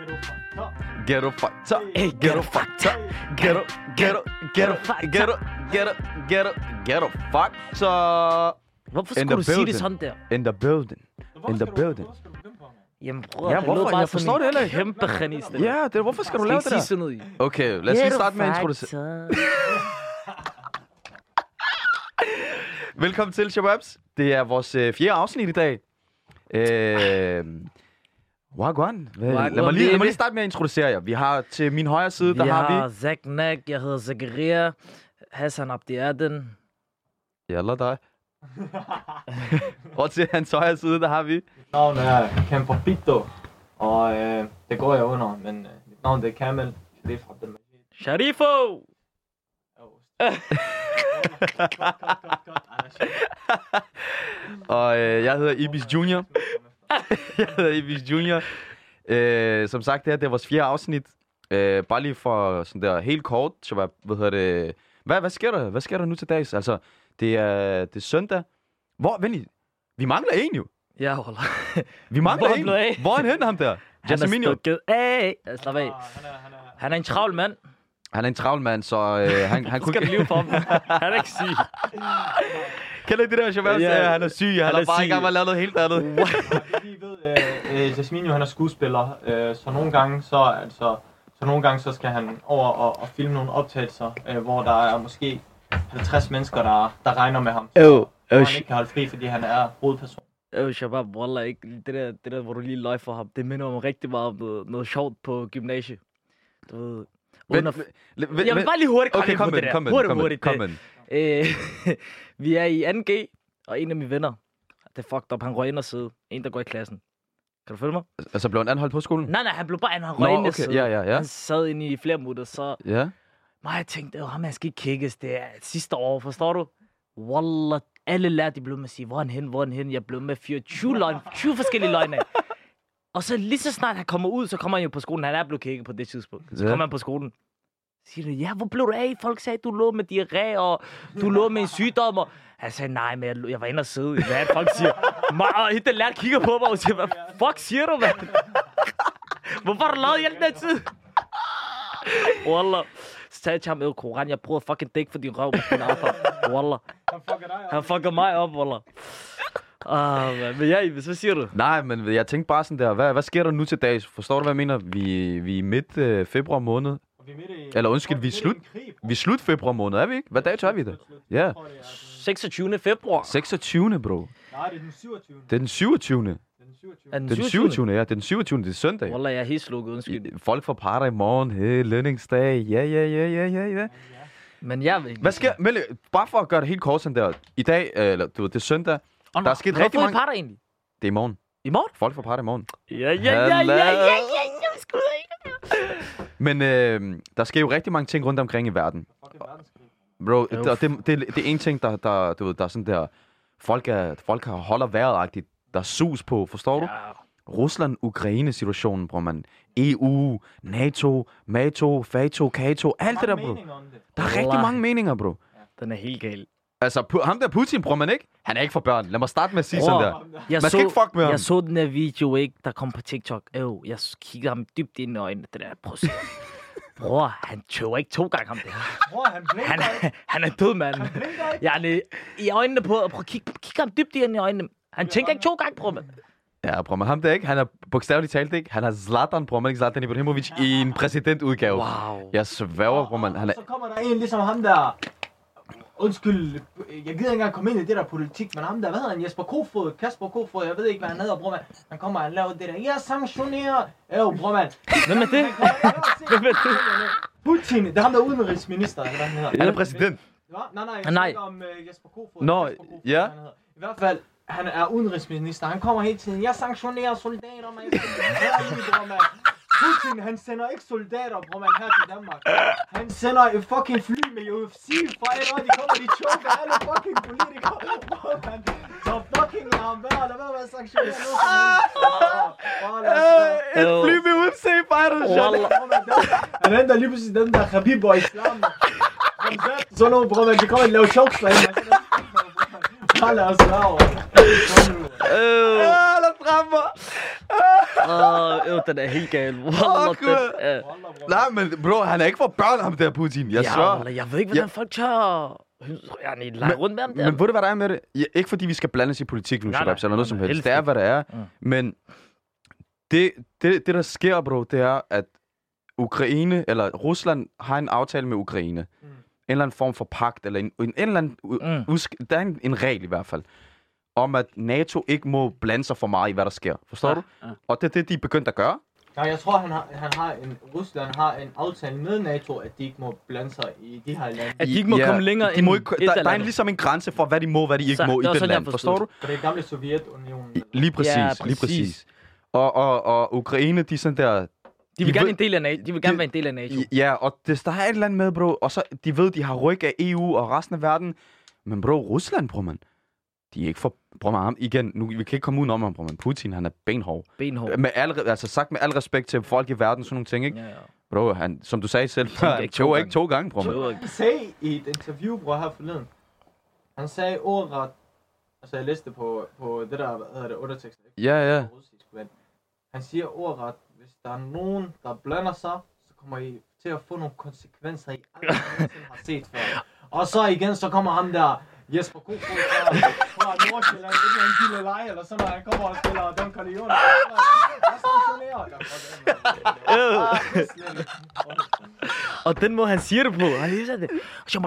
Ghetto factor. Ghetto factor. Ghetto factor. Hvorfor skulle du sige det sådan der? In the building. Jamen bror, ja, hvorfor? Jeg forstår det heller ikke. Kæmpe genis. Ja, det hvorfor skal du lave det der? Sådan noget. Okay, lad os lige starte med at introducere. Velkommen til Shababs. Det er vores 4. afsnit i dag. Wagwan. Lad mig lige starte med at introducere jer. Vi har til min højre side, der har vi... Zach Nag, jeg hedder Zakaria. Hassan Abdiaden. Jalla dig. Og til hans højre side, der har vi... Mit navn er Kempafito, og det går jeg under, men mit navn det er Kamel. Sharif Abdelmajid. Sharifo! Og jeg hedder Ibis Junior. Som sagt, det er vores 4. afsnit. Bare lige for sådan der helt kort, så hvad sker der nu til dags? Altså, det er søndag. Vi mangler en jo. Ja, holder. Vi mangler en. Hvor er han henne, ham der? Han er stukket af. Slap af. Han er en travl mand. Han er en travl mand, så han kunne ikke... leve for ham. Han er ikke syg. Kender I det der, Shabazz? Ja, han er syg. Han er bare i gang med at lave noget helt andet. Vi ved, Jasminio, han er skuespiller, så nogle gange så skal han over og filme nogle optagelser, hvor der er måske 50 mennesker, der regner med ham. Så han ikke kan holde fri, fordi han er hovedperson. Shabab, wallah, ikke. Det der, hvor du lige løg for ham, det minder mig rigtig meget om noget sjovt på gymnasiet. Du ved... Jeg vil bare lige hurtigt Kom ind. Vi er i 2G, og en af mine venner, det fucked up, han røg ind og sidde. En, der går i klassen. Kan du følge mig? Altså blev han anholdt på skolen? Nej, han blev bare anholdt. Han røg ind og sidde. Ja. Han sad inde i flere minutter, så... Ja. Jeg tænkte, ham jeg skal ikke kigges, det er sidste år, forstår du? Wallah, alle lærte, de blev med at sige, hvor er han hen? Jeg blev med at fyre 20 forskellige løgne. Og så lige så snart han kommer ud, så kommer han jo på skolen. Han er blevet kigget på det tidspunkt. Så kommer han på skolen. Siger du, ja, hvor blev du af? Folk sagde, du lå med diarré, og du lå med en sygdom. Og han sagde, nej, men jeg var inde og sidde. Hvad folk siger? Og hende, der lærte kigger på mig og siger, hvad fuck siger du, mand? Hvorfor har du lavet hjælp den tid? Wallah. Så sagde jeg til ham, Koran, jeg prøvede fucking dæk for din røv. Wallah. Han fucker mig op, wallah. Men ja, Ibis, hvad siger du? Nej, men jeg tænkte bare sådan der, hvad sker der nu til dags? Forstår du, hvad jeg mener? Vi er midt februar måned. Eller undskyld, vi er slut februar måned, er vi ikke? Hvad dato er vi der? Ja. 26. februar. 26. bro. Nej, det er den 27. Det er den 27. Er den Det er den 27. Ja, det er den 27. Det er søndag. Wallah, jeg er helt slukket, undskyld. Folk får parter i morgen. Hey, lønningsdag. Ja. Men jeg ved ikke. Hvad sker? Melle, bare for at gøre det helt kort sådan der. I dag, eller du ved, det er søndag. Der er sket rigtig mange... parter egentlig? Det er i morgen. I morgen? Folk får parter i morgen. Ja. Men der sker jo rigtig mange ting rundt omkring i verden. Bro, det er en ting, der du ved, der er sådan der... Folk har holder vejret-agtigt. Der er sus på, forstår du? Rusland-Ukraine-situationen, bror man. EU, NATO, MATO, FATO, KATO, alt det der, bro. Der er rigtig mange meninger, bro. Den er helt gal. Altså, ham der Putin, bror man ikke? Han er ikke for børn. Lad mig starte med at sige sådan der. Man skal ikke fuck med ham. Jeg så den der video, ikke, der kom på TikTok. Jeg kiggede ham dybt ind i øjnene. Det der, bror, han tøver ikke 2 gange ham der. Bror, han er død, mand. I øjnene på, prøv at kigge ham dybt ind i øjnene. Han tænker ikke 2 gange, bror, mand. Ja, bror, men ham der ikke. Han er bogstaveligt talt ikke. Han er Zlatan, bror, man ikke Zlatan Ibrahimovic i en præsidentudgave. Wow. Jeg sværger, bror, man. Så kommer der en ligesom ham der... Undskyld, jeg gider ikke engang komme ind i det der politik, men ham der, hvad hedder han? Kasper Kofod, jeg ved ikke, hvad han hedder, bror mand. Han kommer og laver det der, jeg sanktionerer. Bror mand. Hvem er det? Putin, det er ham der udenrigsminister, eller hvad han hedder. Han er præsident. Nej, jeg snakker om Jesper Kofod. Nå, ja. I hvert fald, han er udenrigsminister, han kommer hele tiden, jeg sanktionerer soldater, mand. Putin, han sender ikke soldater, bror man, her til Danmark. Han sender et fucking fly med UFC-fighter, de kommer, de choker alle fucking politikere, bror man. Så fucking lad ham være, lad være med at sanktionere noget. Et fly med UFC-fighter, han henter lige pludselig den der Khabib og Islam. Så nogle, bror man, de kommer og laver chokeslag, man. Bare lad os være over. Der dræmmer. den er helt gal. Wallah, den er... Nej, men bro, han er ikke for børn, ham der Putin. Jeg svær. Wallah, jeg ved ikke, hvordan folk tør... lege rundt med ham der. Men ved du, hvad der er med det? Ja, ikke fordi vi skal blande os i politik nu, eller noget som helst. Det er, hvad det er. Men det, der sker, bro, det er, at Ukraine, eller Rusland, har en aftale med Ukraine. En eller anden form for pagt, eller en eller anden... Der er en regel i hvert fald, om at NATO ikke må blande sig for meget i, hvad der sker. Forstår du? Og det er det, de er begyndt at gøre. Nej, jeg tror, Rusland har en aftale med NATO, at de ikke må blande sig i de her lande. At de ikke må komme længere ind. Der er ligesom en grænse for, hvad de må, hvad de ikke må i det land. Forstår du? For det gamle Sovjetunionen. Lige præcis. Og Ukraine, de sådan der... De vil gerne en del af NATO. De vil gerne være en del af NATO. Ja, og der er et eller andet med, bro. Og så, de ved, de har ryg af EU og resten af verden. Men bro, Rusland, bro, man. De er ikke for... Bror man, ham igen, nu, vi kan ikke komme udenom ham, bror man. Putin, han er benhård. Sagt med al respekt til folk i verden, sådan nogle ting, ikke? Ja. Bro, han, som du sagde selv, han tog ikke 2 gange, bror man. Han sagde i et interview, bror, her forleden. Han sagde ordret... Altså, jeg læste på det der, hvad hedder det, undertekster. Ja. Han siger ordret, hvis der er nogen, der blander sig, så kommer I til at få nogle konsekvenser, I aldrig har set før. Og så igen, så kommer ham der... Jesper Kofod fra Nordsjælland, ikke en lille leje, eller sådan noget, han kommer og spiller Don Corleone. Og den måde, han siger det på, han siger det.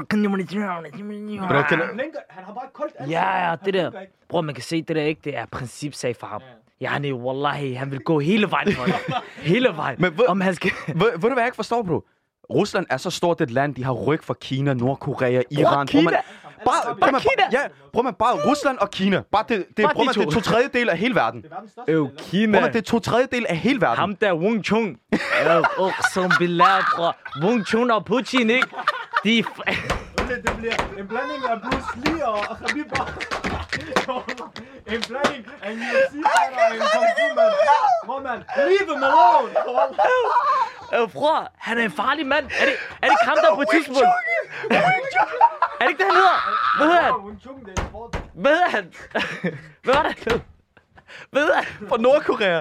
Han har bare koldt alt. Ja, det der. Bror, man kan se, det der ikke, det er principsag for ham. Ja, wallahi, han vil gå hele vejen for det. Hele vejen. Men om han skal... Ved du, hvad jeg ikke forstår, bro? Rusland er så stort et land, de har ryg fra Kina, Nordkorea, Iran. Kina? Prøv man bare Rusland og Kina. Det er 2/3 af hele verden. Kina. Det er 2/3 af hele verden. Ham der Wang Chung. Som bilad, bror. Wang Chung og Putin, ikke? Det bliver en blanding af Bruce Lee og Khabib. En blanding af en UFC-fighter og en Kung Fu-mand. Bror, man. Leave him alone. Bror, han er en farlig mand. Er det ikke ham, der på et tidspunkt? Er det ikke det, han hedder? Hvad hedder han? Hvad hedder han? Hvad var det? Hvad hedder han? Fra Nordkorea.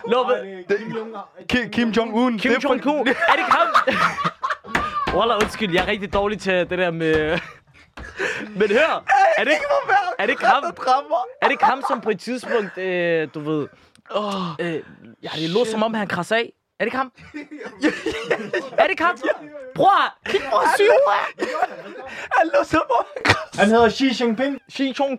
Kim Jong-un. Kim Jong-un. Er det ikke ham? Wallah, undskyld, jeg er rigtig dårlig til det der med... Men hør, er det ikke ham, som på et tidspunkt, du ved... det lå som om, han krasser af. Er det ikke ham? Er det ikke ham? Bror, kig på syg ud. Han lå som om... Han hedder Xi Jinping. Xi Jinping.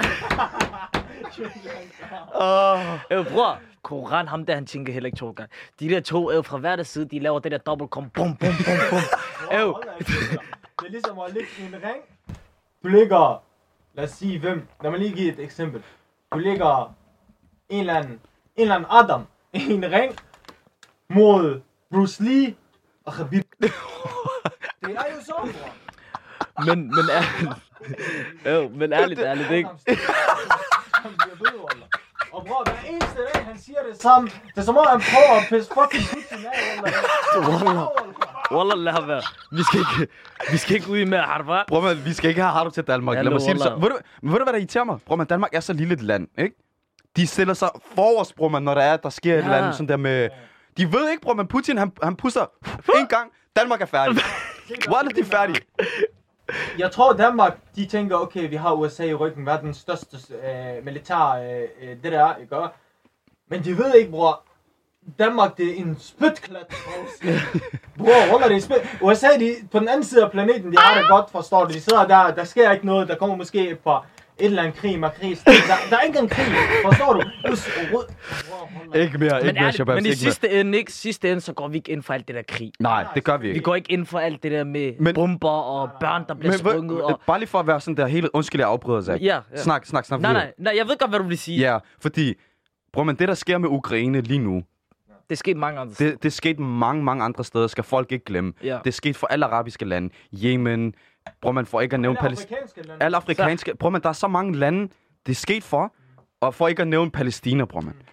Bror, Koran, ham der, han tænker heller ikke 2 gange. De der 2 fra hver side, de laver det der dobbeltkom. Bum, bum, bum, bum. Det er ligesom at ligge i en ring. Du ligger, lad os sige hvem. Lad mig lige give et eksempel. Du ligger en eller anden Adam i en ring mod Bruce Lee og Khabib. Det er jo så, bror. Men ærligt, ikke? Og bror, hver eneste dag, han siger det samme. Det er som om, han prøver at pisse fucking Putin af. Wallah, lad ham være. Vi skal ikke ud i med harva. Bror, man, vi skal ikke have harva til Danmark. Lad mig sige det så. Ved du, hvad der irriterer mig? Bror, man, Danmark er så lille et land, ikke? De stiller sig forrest, bror, man, når der sker et eller andet sådan der med... De ved ikke, bror, men Putin, han pusser en gang. Danmark er færdig. Wallah, de er færdige. Jeg tror, Danmark, de tænker, okay, vi har USA i ryggen, verdens største militær, det der, ikke? Men de ved ikke, bror, Danmark, det er en spytklat. Bror, holder det i spyt. USA, de på den anden side af planeten, de har det godt, forstår du. De sidder der sker ikke noget, der kommer måske et eller andet krig, makris. Der er ikke en krig, forstår du? Ikke mere, Shabab. Men i sidste ende, så går vi ikke ind for alt det der krig. Nej, det gør vi ikke. Vi går ikke ind for alt det der med bomber og børn, der bliver sprunget. Bare lige for at være sådan der helt undskyld, jeg afbryder sig. Ja. Snak. Nej, jeg ved godt, hvad du vil sige. Ja, fordi, bror, men det der sker med Ukraine lige nu, det er sket mange andre steder. Det er sket mange andre steder, skal folk ikke glemme. Ja. Det er sket for alle arabiske lande. Yemen, bror, man får ikke at nævne alle afrikanske. Bror, man, der er så mange lande, det er sket for, og for ikke at nævne Palæstina, bror, man.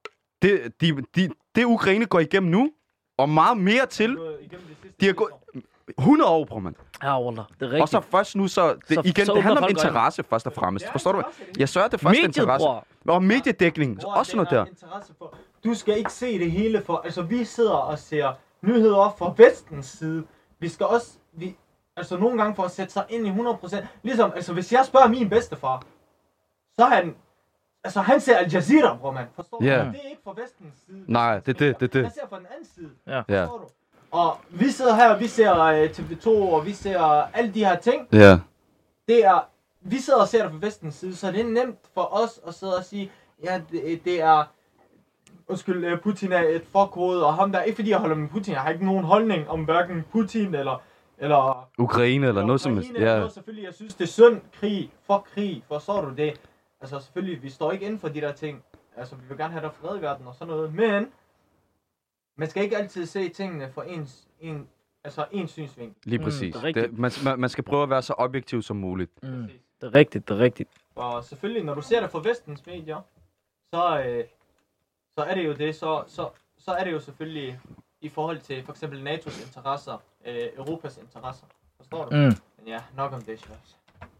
Det Ukraine går igennem nu, og meget mere til, de har gået 100 år, bror, man. Ja, wallah, det er rigtigt. Og så først nu, det handler om interesse, først og fremmest. Forstår du? Jeg sørger det første interesse. Og mediedækning, også noget der. du skal ikke se det hele for, altså vi sidder og ser nyheder fra vestens side. Vi skal også, altså nogle gange for at sætte sig ind i 100%, ligesom, altså hvis jeg spørger min bedstefar, så han ser Al Jazeera, bror mand, forstår du? Det er ikke fra vestens side. Nej, det er det. Han ser fra den anden side, forstår du? Og vi sidder her, og vi ser TV2, og vi ser alle de her ting. Ja. Vi sidder og ser det fra vestens side, så det er nemt for os at sidde og sige, ja, det er... Undskyld, Putin er et fuckhoved, og ham der, ikke fordi jeg holder med Putin, jeg har ikke nogen holdning om hverken Putin eller Ukraine eller noget som helst. Ja. Selvfølgelig, jeg synes det er synd, krig, forstår du det? Altså selvfølgelig, vi står ikke inden for de der ting. Altså vi vil gerne have der fred i verden og sådan noget, men man skal ikke altid se tingene fra en synsvinkel. Lige præcis. Man skal prøve at være så objektiv som muligt. Det er rigtigt. Og selvfølgelig, når du ser det fra vestens medier, så er det jo det, så er det jo selvfølgelig i forhold til for eksempel NATO's interesser, Europas interesser. Forstår du? Men ja, nok om det, Shababs.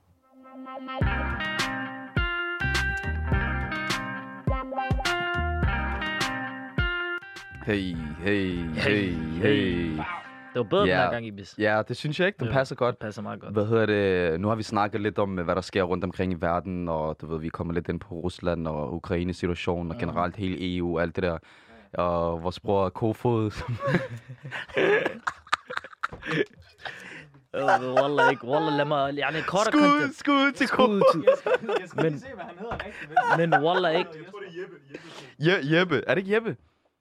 Hey. Det var bedre den her gang, Ibis. Ja, det synes jeg ikke. Det passer godt. Det passer meget godt. Hvad hedder det? Nu har vi snakket lidt om, hvad der sker rundt omkring i verden, og du ved, vi kommer lidt ind på Rusland og Ukraine-situationen, og generelt hele EU, alt det der. Og vores bror Kofod. Wallah ikke. Wallah, lad mig... Yani, Skud til Kofod. Jeg skal lige se, hvad han hedder rigtigt. Men wallah ikke. Jeg tror, det er Jeppe. Jeppe. Er det ikke Jeppe?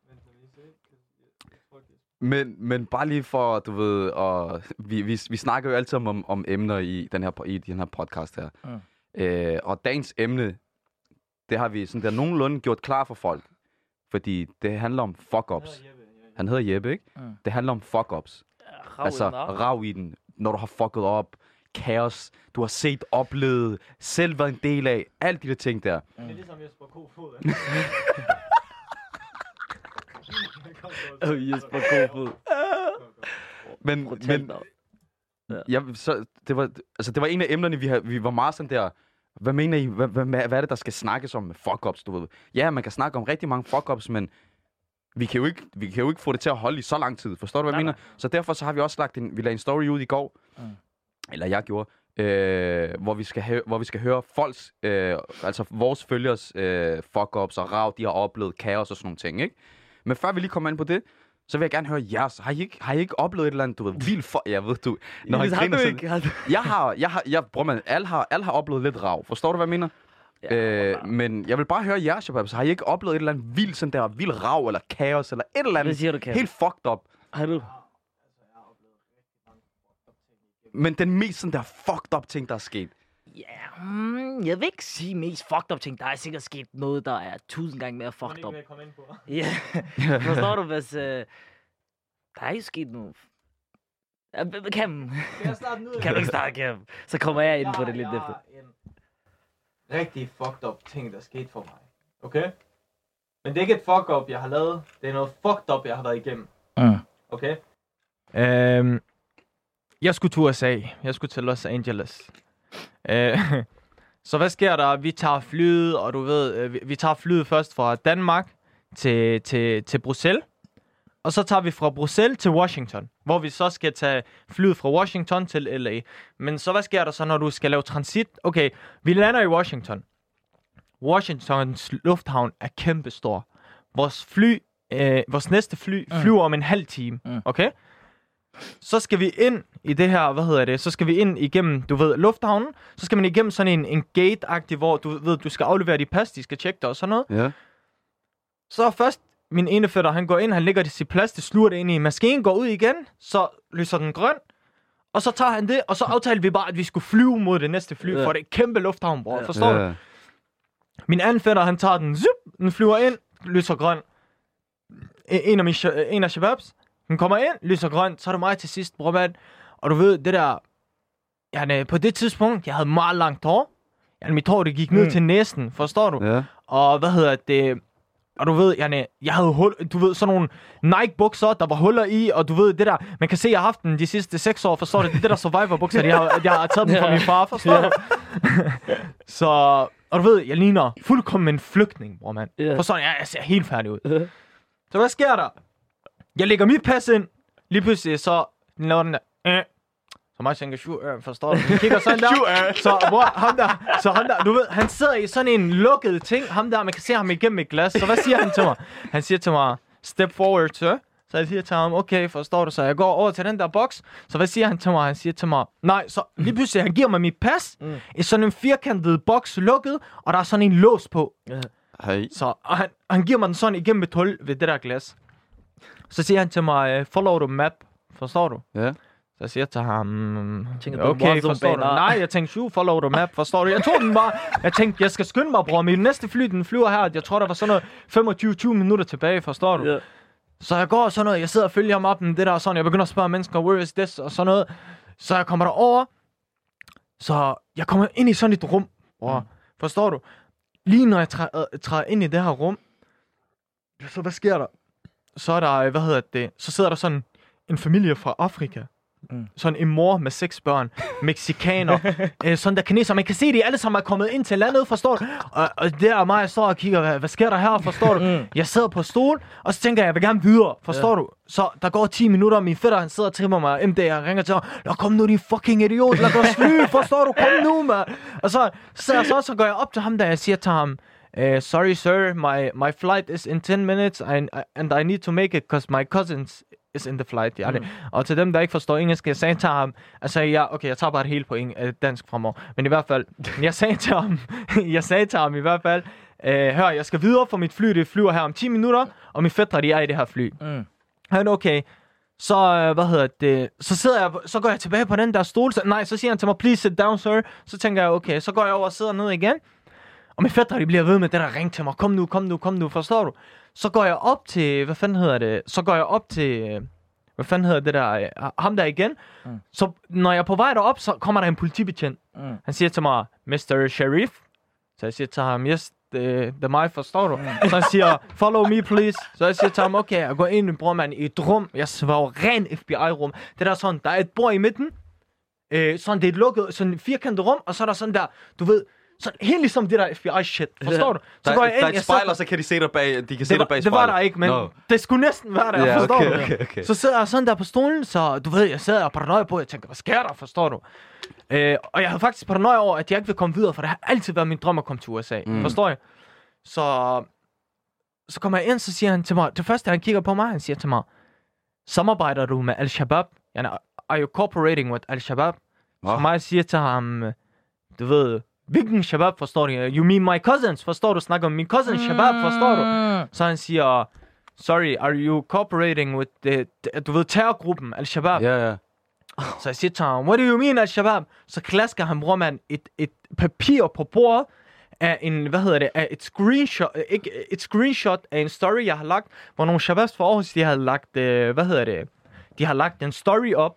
Men bare lige for, du ved, og vi snakker jo altid om emner i den her podcast her. Og dagens emne, det har vi sådan der nogenlunde gjort klar for folk. Fordi det handler om fuck-ups. Han hedder Jeppe, ikke? Det handler om fuck-ups. Altså, rav i den, når du har fucket op, kaos, du har set, oplevet, selv været en del af, alle de der ting der. Det er ligesom Jesper Kofod. Jesper Kofod. Men ja, så det var en af emnerne, vi var meget sådan der. Hvad mener I? Hvad er det, der skal snakkes om med fuck-ups, du ved? Ja, man kan snakke om rigtig mange fuck-ups, men vi kan jo ikke få det til at holde i så lang tid. Forstår du, hvad jeg mener? Så derfor så har vi også vi lagde en story ud i går, eller jeg gjorde, hvor vi skal høre folks, altså vores følgers fuck-ups og rav, de har oplevet kaos og sådan nogle ting, ikke? Men før vi lige kommer ind på det, så vil jeg gerne høre jeres. Har I ikke oplevet et eller andet, du ved, vildt for... Jeg ved du... Når han griner sådan... Bror man, alle har oplevet lidt rav. Forstår du, hvad jeg mener? Men jeg vil bare høre jeres, Shabab. Så har I ikke oplevet et eller andet vildt, sådan der, vildt rav eller kaos eller et eller andet? Hvad siger du, Kære? Helt fucked up. Har du? Men den mest sådan der fucked up ting, der er sket. Ja, jeg vil ikke sige mest fucked up ting. Der er sikkert sket noget, der er 1000 gange mere fucked up. Ja, forstår du, hvis... der er jo sket noget... Kan du ikke starte, Cam? Så kommer jeg ind på det lidt efter. En rigtig fucked up ting, der skete for mig. Okay? Men det er ikke et fuck up, jeg har lavet. Det er noget fucked up, jeg har været igennem. Okay? Jeg skulle til USA. Jeg skulle til Los Angeles. Så hvad sker der? Vi tager flyet, og du ved, vi tager flyet først fra Danmark til Bruxelles. Og så tager vi fra Bruxelles til Washington, hvor vi så skal tage flyet fra Washington til LA. Men så hvad sker der så, når du skal lave transit? Okay, vi lander i Washington. Washingtons lufthavn er kæmpestor. Vores næste fly flyver om en halv time, okay? Så skal vi ind i det her, så skal vi ind igennem, du ved, lufthavnen. Så skal man igennem sådan en gate-agtig, hvor du ved, du skal aflevere dit pas, de skal tjekke dig og sådan noget. Ja. Så først, min ene fætter, han går ind, han lægger det sit plads, det sluger det ind i maskinen, går ud igen, så lyser den grøn. Og så tager han det, og så aftalte vi bare, at vi skulle flyve mod det næste fly, for det er kæmpe lufthavn, bror. Forstår du? Min anden fætter, han tager den, den flyver ind, lyser grøn. En af Shababs, den kommer ind, lyser grøn, så er det mig til sidst, bror mand. Og du ved, det der... på det tidspunkt, jeg havde meget langt hår. Mit hår, det gik ned til næsen, forstår du? Ja. Og og du ved, jeg havde du ved, sådan nogle Nike-bukser, der var huller i, og du ved, det der... Man kan se, jeg har haft den de sidste 6 år, forstår du? Det der Survivor-bukser, jeg har taget dem fra min far, forstår du? Så... Og du ved, jeg ligner fuldkommen en flygtning, bror, mand. Ja. Forstår du? Jeg ser helt færdig ud. Så hvad sker der? Jeg lægger mit pas ind. Lige pludselig så laver den der. Så mig tænker, forstår du? Jeg kigger sådan der. Så bror, ham der, du ved, han sidder i sådan en lukket ting. Ham der, man kan se ham igennem et glas. Så hvad siger han til mig? Han siger til mig, step forward, sir. Så jeg siger til ham, okay, forstår du? Så jeg går over til den der boks. Så hvad siger han til mig? Han siger til mig, nej, så lige pludselig, han giver mig mit pas. I sådan en firkantet boks lukket, og der er sådan en lås på. Hej. Så han giver mig den sådan igennem et hul ved det der glas. Så siger han til mig, follow the map. Forstår du? Ja. Så jeg siger til ham, Tænker, okay, forstår du? Nej, jeg tænkte, follow the map, forstår du? Jeg tog den bare. Jeg tænkte, jeg skal skynde mig, bror. Min næste fly, den flyver her. Jeg tror, der var sådan noget 25-20 minutter tilbage, forstår du? Ja. Så jeg går sådan noget, jeg sidder og følger ham op, det der sådan, jeg begynder at spørge mennesker, where is this, og sådan noget. Så jeg kommer derover. Så jeg kommer ind i sådan et rum, bror. Forstår du? Lige når jeg træder ind i det her rum, så hvad sker der? Så er der, så sidder der sådan en familie fra Afrika. Sådan en mor med 6 børn, mexikaner, sådan der kineser. Man kan se, de alle sammen er kommet ind til landet, forstår du? Og der er mig, jeg står og kigger, hvad sker der her, forstår du? Jeg sidder på stol, og så tænker jeg vil gerne videre, forstår du? Så der går 10 minutter, og min fætter, han sidder og tripper mig, MD, jeg ringer til ham, kom nu, din fucking idiot, lad os fly, forstår du? Kom nu, man. Og så går jeg op til ham, der jeg siger til ham, sorry sir, my flight is in 10 minutes, and I need to make it, because my cousins is in the flight. Ja. Og til dem, der ikke forstår engelsk, jeg sagde til ham, altså okay, jeg tager bare et helt point dansk fremover, men i hvert fald, jeg sagde til ham i hvert fald, hør, jeg skal videre, for mit fly, det flyver her om 10 minutter, og mine fætre, de er i det her fly. Han okay. Så, så går jeg tilbage på den der stol, så siger han til mig, please sit down, sir. Så tænker jeg, okay, så går jeg over og sidder ned igen, og mine fætre, de bliver ved med det der ring til mig, kom nu, forstår du? Så går jeg op til, hvad fanden hedder det der, ham der igen. Så når jeg er på vej derop, så kommer der en politibetjent. Han siger til mig, Mr. Sheriff. Så jeg siger til ham, yes, det er mig, forstår du? Så han siger, follow me please. Så jeg siger til ham, okay, jeg går ind, bror man, i et rum. Jeg svarer ren FBI-rum. Det der sådan, der er et bord i midten. Sådan, det er et lukket, sådan et firkantet rum. Og så er der sådan der, du ved, sådan helt ligesom det der FBI-shit, forstår du? Så går jeg ind, der er et spejl, og så kan de se dig bag, se dig bag spejlet. Det var der ikke, men det skulle næsten være der, forstår du? Okay. Så sidder jeg sådan der på stolen, så du ved, jeg sidder og paranoia på, jeg tænker, hvad sker der, forstår du? Og jeg havde faktisk paranoia over, at jeg ikke vil komme videre, for det har altid været min drøm at komme til USA, forstår jeg? Så kommer jeg ind, så siger han til mig, det første han kigger på mig, han siger til mig, samarbejder du med Al-Shabaab? Are you cooperating with Al-Shabaab? Så mig siger til ham, du ved, hvilken Shabab, forstår du? You mean my cousins, forstår du? Snakker om min cousin Shabab, forstår du? Så han siger, sorry, are you cooperating with du ved, terrorgruppen Al-Shabaab? Ja. Så jeg siger til ham, what do you mean Al-Shabaab? Så klasker han, bror man, et papir på bordet af en, af et screenshot af en story, jeg har lagt, hvor nogle Shababs fra Aarhus, de har lagt, de har lagt en story op,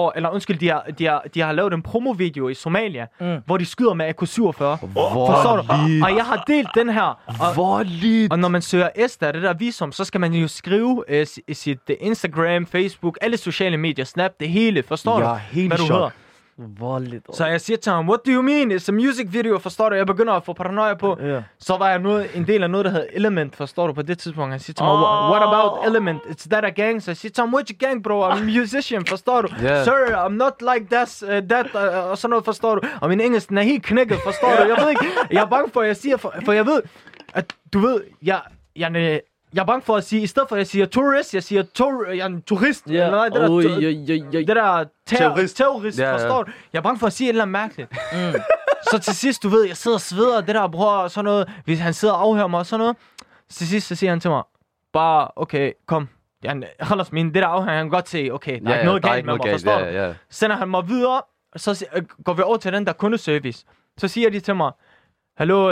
de har lavet en promovideo i Somalia, hvor de skyder med AK-47. Forstår du? Og jeg har delt den her. Og når man søger ESTA, det der visum, så skal man jo skrive sit Instagram, Facebook, alle sociale medier, Snap, det hele. Forstår du? Hvad du hedder? Voldeligt. Så jeg siger til ham, what do you mean? It's a music video, forstår du? Jeg begynder at få paranoia på. Så var jeg en del af noget, der hed Element, forstår du, på det tidspunkt. Han siger til mig, what about Element? It's that a gang? Så jeg siger til ham, which gang, bro? I'm a musician, forstår du? Sir, I'm not like that, og sådan noget, forstår du? Og min engelsk, den er helt knækket, forstår du? Jeg ved ikke, jeg er bange for, at jeg siger, for jeg ved, at du ved, jeg er bange for at sige, i stedet for at jeg siger tourist, jeg siger jeg er en turist. Yeah. Det der terrorist, forstår du? Jeg er bange for at sige et eller andet mærkeligt. Så til sidst, du ved, jeg sidder og sveder, det der bror og sådan noget. Hvis han sidder og afhører mig og sådan noget. Til sidst, så siger han til mig, bare, okay, kom. Hold os det der afhører, han kan godt se, okay, der er ikke noget galt med mig, forstår du? Sender han mig videre, så går vi over til den der kundeservice. Så siger de til mig, hallo,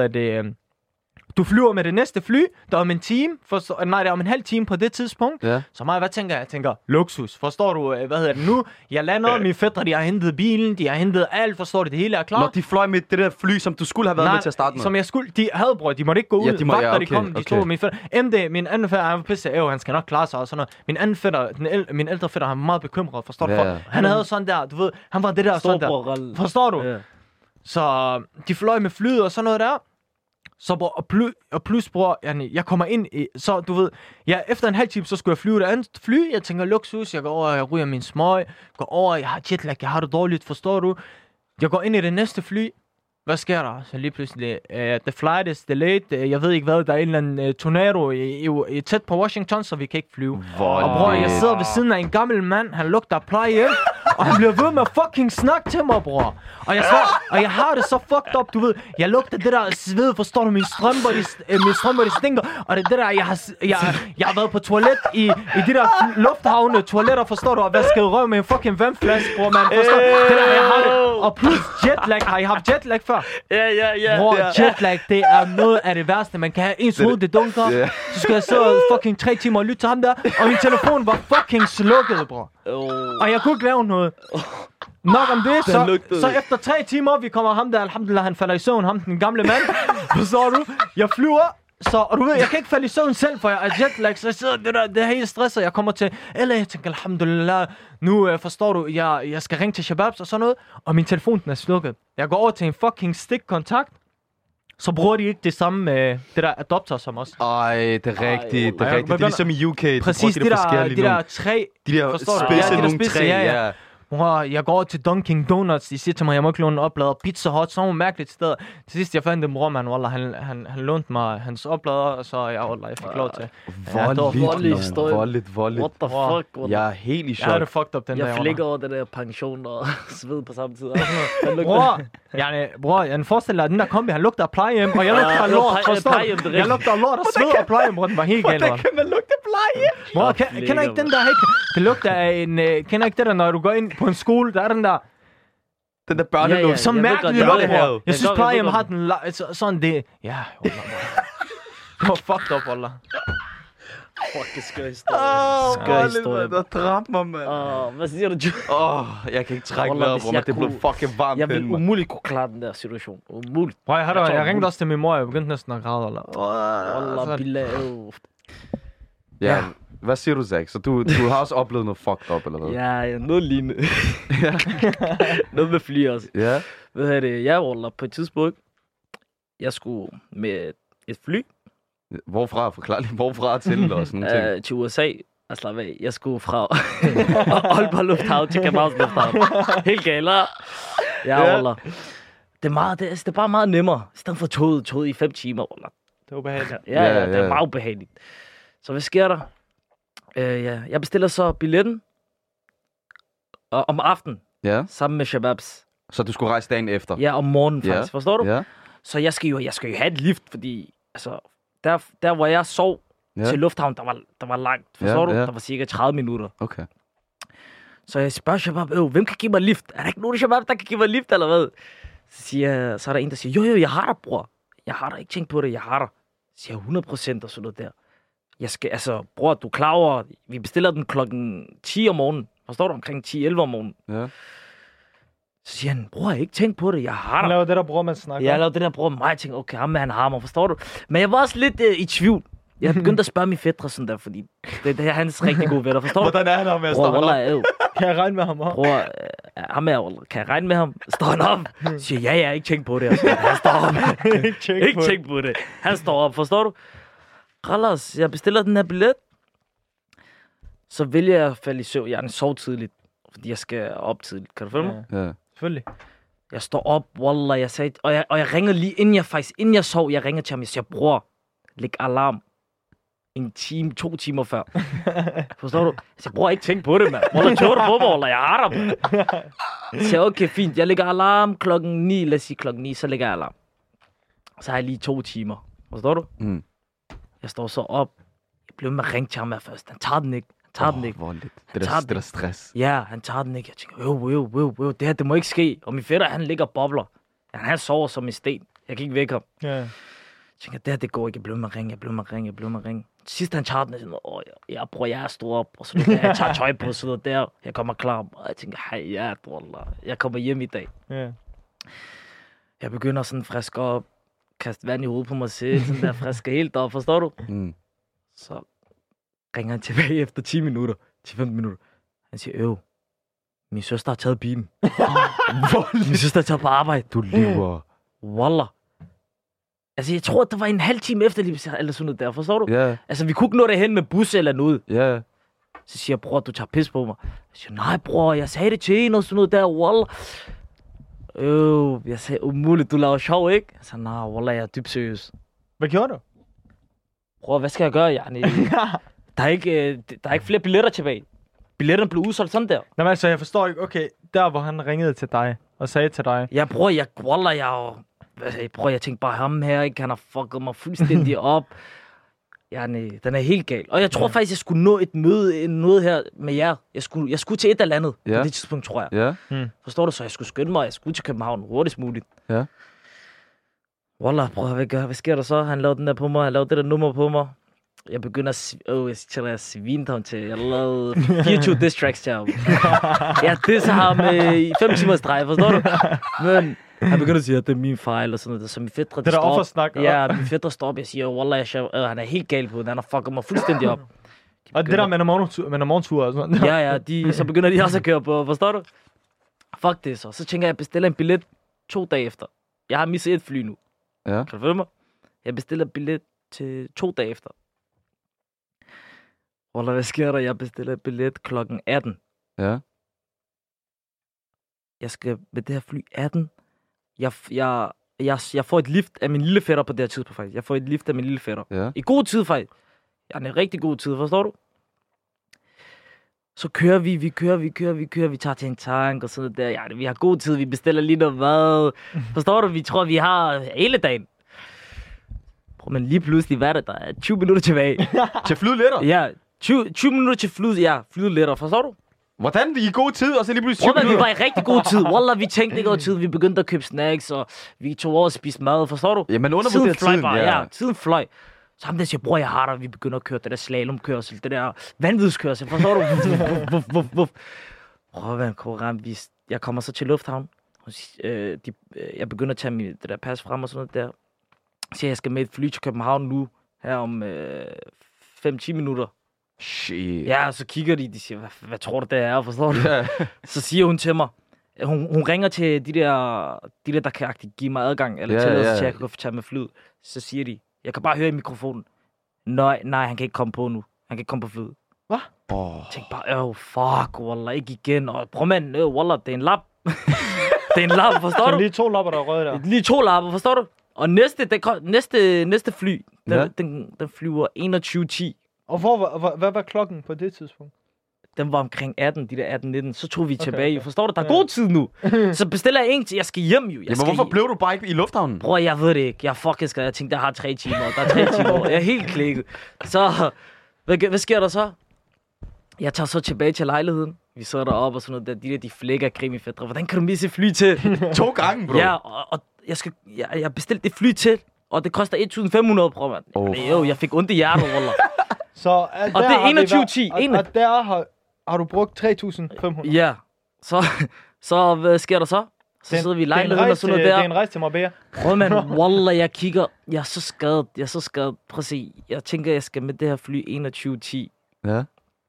du flyver med det næste fly, der er om en time, det er om en halv time på det tidspunkt. Så hvad tænker jeg? Jeg tænker, luksus, forstår du, nu? Jeg lander, mine fætre, de har hentet bilen, de har hentet alt, forstår du, det hele er klar. Når de fløj med det der fly, som du skulle have været med til at starte med? Som jeg skulle, de havde, bror, de måtte ikke gå ud. Vagter, de kom, de tog min fætter. MD, min anden fætter, han var pisse han skal nok klare sig og sådan noget. Min anden fætter, min ældre fætter, han var meget bekymret, forstår du? Han havde sådan der, du ved, han var det der sådan der. Forstår du? Så de fløj med flyet og sådan noget der. Så bror, og plus bror, jeg kommer ind i, så du ved, efter en halv time, så skulle jeg flyve det andet fly. Jeg tænker luksus, jeg går over, jeg ryger min smøg, går over, jeg har jetlag, jeg har det dårligt, forstår du? Jeg går ind i det næste fly. Hvad sker der? Så lige pludselig, the flight is delayed. Jeg ved ikke hvad, der er en eller anden tornado i tæt på Washington, så vi kan ikke flyve. Og bror, jeg sidder ved siden af en gammel mand, han lugter af plejehjem, og han bliver ved med at fucking snakke til mig, bror. Og jeg har det så fucked up, du ved. Jeg lugter det der sved, forstår du? Mine strømper, de stinker. Og det er det der, jeg har været på toilet i de der lufthavne toiletter, forstår du? Og vasket røv med en fucking vandflaske, bror, man. Forstår det der, jeg har det. Og plus jetlag, har I haft jetlag før? Ja. Bror, jetlag, det er noget af det værste. Man kan have ens hoved, det dunker. Så skal jeg sidde fucking 3 timer og lytte til ham der. Og min telefon var fucking slukket, bror. Og jeg kunne ikke lave noget. Nok om det, så efter 3 timer, vi kommer ham der, alhamdulillah, han falder i søvn, ham den gamle mand. Forstår du? Jeg flyver, og du ved, jeg kan ikke falde i søvn selv, for jeg er jetlag, så jeg sidder det er helt stresset. Jeg kommer til LA, jeg tænker, alhamdulillah, nu forstår du, jeg skal ringe til Shababs og sådan noget, og min telefon, den er slukket. Jeg går over til en fucking stikkontakt, så bruger de ikke det samme med det der adopter som os. Ej, det er rigtigt, det er rigtigt. Det er ligesom i UK. Præcis, de der tre, de der spidse nogle træ, ja. Jeg går over til Dunkin' Donuts, de siger til mig, jeg må ikke låne en oplader. Pizza Hut, sådan nogle mærkeligt steder. Til sidst, jeg fandt en bror, man, wallah, han lånte mig hans oplader, og så jeg fik lov til. Voldeligt. What the fuck? Jeg er helt i chok. Jeg er det fucked up, den der. Jeg flækker over det der pension og sved på samme tid. Bror, jeg forestiller dig, den der kombi, han lugter af plejehjem, og jeg lugter af lort, forstår du? Jeg lugter af lort og sved af plejehjem, bror, den var helt galt. Hvordan kan man lugte plejehjem? Bror, kender ikke den der, det lugter af en, kender ikke det der, når du går ind på en skole, der er den der børnelugt. Så mærkeligt lugt, bror. Jeg synes, plejehjem har den sådan det. Ja, wallah, det var fucked up, wallah. Fuck, det skør historie. Der dræbte mig, mand. Hvad siger du, Joe? Jeg kan ikke trække vejret, bror, men det blev fucking varmt. Jeg vil umuligt kunne klare den der situation. Umuligt. Bror, jeg ringte også til min mor, jeg begyndte næsten at græde, wallah, billah. Ja. Hvad siger du, Zach? Så du har også oplevet noget fucked up, eller hvad? Ja, noget lignende. Noget med fly også. Ja. Hvad er det? Jeg var på et tidspunkt. Jeg skulle med et fly. Hvorfra? Forklar lige, hvorfra til og sådan nogle ting. Til USA. Jeg skulle fra Aalborg Lufthavn til Københavns Lufthavn. Helt galt. Ja, wallah. Det er bare meget nemmere. I stedet for toget i 5 timer, wallah. Det er ubehageligt. Ja, det er meget ubehageligt. Så hvad sker der? Jeg bestiller så billetten om aftenen, sammen med Shababs. Så du skulle rejse dagen efter? Ja, om morgenen faktisk, forstår du? Ja. Så jeg skal jo have et lift, fordi altså, der hvor jeg sov til lufthavn, der var langt, forstår du? Der var cirka 30 minutter. Okay. Så jeg spørger Shabab, hvem kan give mig lift? Er der ikke nogen Shabab, der kan give mig lift, eller hvad? Så er der en, der siger, jo, jeg har dig, bror. Jeg har dig, ikke tænkt på det, jeg har dig. Så siger 100% og sådan noget der. Jeg skal, bror, du er klar over, vi bestiller den klokken 10 om morgenen. Forstår du? Omkring 10-11 om morgenen. Ja. Så siger han, bror, jeg har ikke tænkt på det, jeg har dig. Han laver det der bror, man snakker. Jeg laver det der bror med mig, jeg tænker, okay, han har mig, forstår du? Men jeg var også lidt i tvivl. Jeg begyndte at spørge min fætre sådan der, fordi det er hans rigtig gode venner, forstår du? Hvordan er han med at stå op? Kan jeg regne med ham op? Bror, kan jeg regne med ham? Står han op? Siger, jeg har ikke tænkt på det. Han står op. Ikke tænkt på det. Han står op, forstår du? Rallers, jeg bestiller den her billet. Så vælger jeg at falde i søvn. Jeg sov tidligt, fordi jeg skal op tidligt. Kan du følge mig? Ja, selvfølgelig. Jeg står op, wallah, jeg sagde, og jeg ringer lige, inden jeg sov, jeg ringer til ham, jeg siger, bror, læg alarm. 2 timer før. Forstår du? Jeg siger, bror, ikke tænk på det, mand. Wallah, tog du på mig, wallah, jeg har dig, mand. Jeg siger, okay, fint, jeg lægger alarm klokken 9, lad os sige klokken 9, så lægger jeg alarm. Så har jeg lige 2 timer. Forstår du? Mm. Jeg står så op. Jeg blev med at ringe til ham her først. Han tager den ikke. Voldeligt. Det er stress. Ja, han tager den ikke. Jeg tænker, det her, det må ikke ske. Og min fætter, han ligger og bobler. Han sover som en sten. Jeg kan ikke vække ham. Ja. Jeg tænker, det her, det går ikke. Jeg blev med at ringe. Sidst han tager den, og sådan, bror, jeg er stor op. Og så jeg tager tøj på, sådan noget der. Jeg kommer klar. Og jeg tænker, jeg kommer hjem i dag. Ja. Jeg begynder sådan frisk op. Kaste vand i hovedet på mig selv, sådan der friske helt op, forstår du? Mm. Så ringer han tilbage efter 10 minutter, til 15 minutter. Han siger, Min søster har taget bilen. Min søster har taget på arbejde. Du lyver. Wallah. Altså, jeg tror, det var en halv time efter, eller sådan noget der. Forstår du? Ja, Altså, vi kunne ikke nå derhen med bus eller noget. ja. Så siger jeg, bror, du tager pis på mig. Jeg siger, nej, bror, jeg sagde det til hende og sådan noget der. Wallah. Jeg sagde, umuligt, du laver sjov, ikke? Jeg sagde, nej, wallah, jeg er dybt seriøs. Hvad gjorde du? Bror, hvad skal jeg gøre, yani? Der er ikke flere billetter tilbage. Billetterne blev udsolgt sådan der. Nå, men altså, jeg forstår ikke. Okay, der hvor han ringede til dig og sagde til dig. Ja, bror, jeg tænkte bare, ham her, ikke? Han har fucket mig fuldstændig op. Yani, den er helt gal. Og jeg tror faktisk, jeg skulle nå et møde, noget her med jer. Jeg skulle til et eller andet på det tidspunkt, tror jeg. Ja. Forstår du? Så jeg skulle skynde mig, jeg skulle til København hurtigst muligt. Ja. Wallah, bror, hvad sker der så? Han lavede den der på mig, han lavede det der nummer på mig. Jeg begynder at jeg svinte ham til. Jeg lavede 24 diss tracks til ham. Jeg disser ham i 5 timers drej, forstår du? Men han begynder at sige, at det er min fejl og sådan noget. Så min fætter Det der offersnak. Ja, min fætter stopper. Jeg siger, wallah, han er helt gal på det. Han har fucket mig fuldstændig op. Og det der med en morgentur og sådan noget. Ja, så begynder de også at køre på, forstår du? Fuck det så. Så tænker jeg, at bestiller en billet 2 dage efter. Jeg har misset et fly nu. Ja. Kan du følge mig? Jeg bestiller billet til 2 dage efter. Wallah, hvad sker der? Jeg bestiller et billet klokken 18. Ja. Jeg skal med det her fly 18. Jeg får et lift af min lille fætter på det her tidspunkt, faktisk. Jeg får et lift af min lille fætter. Ja. I god tid, faktisk. Ja, en rigtig god tid, forstår du? Så kører vi. Vi tager til en tank og sådan noget der. Ja, vi har god tid. Vi bestiller lige noget mad. Forstår du? Vi tror, vi har hele dagen. Men lige pludselig, hvad er det? Der er 20 minutter tilbage. Til flyletter? Ja, 20 minutter til flyletter, forstår du? Hvordan? I god tid, og så lige pludselig 20 Vi minutter? var i rigtig god tid. Wallah, vi tænkte ikke over tid. Vi begyndte at købe snacks, og vi tog over og spise mad, forstår du? Jamen undervurderer tiden, ja. Tiden fløj. Så ham der siger, bror, jeg har dig. Vi begynder at køre det der slalomkørsel, det der vanvidskørsel, forstår du? Bror, jeg kommer så til lufthavn. Jeg begynder at tage det der pas frem og sådan noget der. Så jeg skal med et fly til København nu, her om 5-10 minutter. Shit. Ja, og så kigger de siger, hvad tror du, det er, forstår du? Ja. Så siger hun til mig, hun ringer til de der kan give mig adgang, eller tilladelse til, at jeg kan få tage med flyet. Så siger de, jeg kan bare høre i mikrofonen, nej, han kan ikke komme på nu. Han kan ikke komme på flyet. Hvad? Jeg tænkte bare, fuck, wallah, ikke igen. Og bror mand, wallah, det er en lap. Det er en lap, forstår du? Lige 2 lapper, der er røde der. Lige 2 lapper, forstår du? Og næste fly, den flyver 21:10. Og hvad var klokken på det tidspunkt? Den var omkring 18, de der 18-19. Så tog vi tilbage, forstår du? Der er god tid nu. Så bestiller jeg en til, jeg skal hjem jo. Jamen, hvorfor blev du bare ikke i lufthavnen? Bror, jeg ved det ikke. Jeg fucking skal. Jeg tænkte, jeg har 3 timer. Der er 3 timer. Jeg er helt klikket. Så, hvad sker der så? Jeg tager så tilbage til lejligheden. Vi sidder deroppe og sådan noget. De flækker krimifædre. Hvordan kan du misse fly til? 2 gange, bro. Ja, og jeg bestilte det fly til, og det koster 1.500, bror, mand. Jeg fik ondt i hjertet, wallah. Så, og det er 21:10. Og der har du brugt 3.500. Ja. Så hvad sker der så? Så sidder vi i lejligheden og sådan noget der. Det er en rejse til Marbella. Prøv, man, wallah, jeg kigger. Jeg er så skadet. Prøv at se. Jeg tænker, jeg skal med det her fly 21:10. Ja.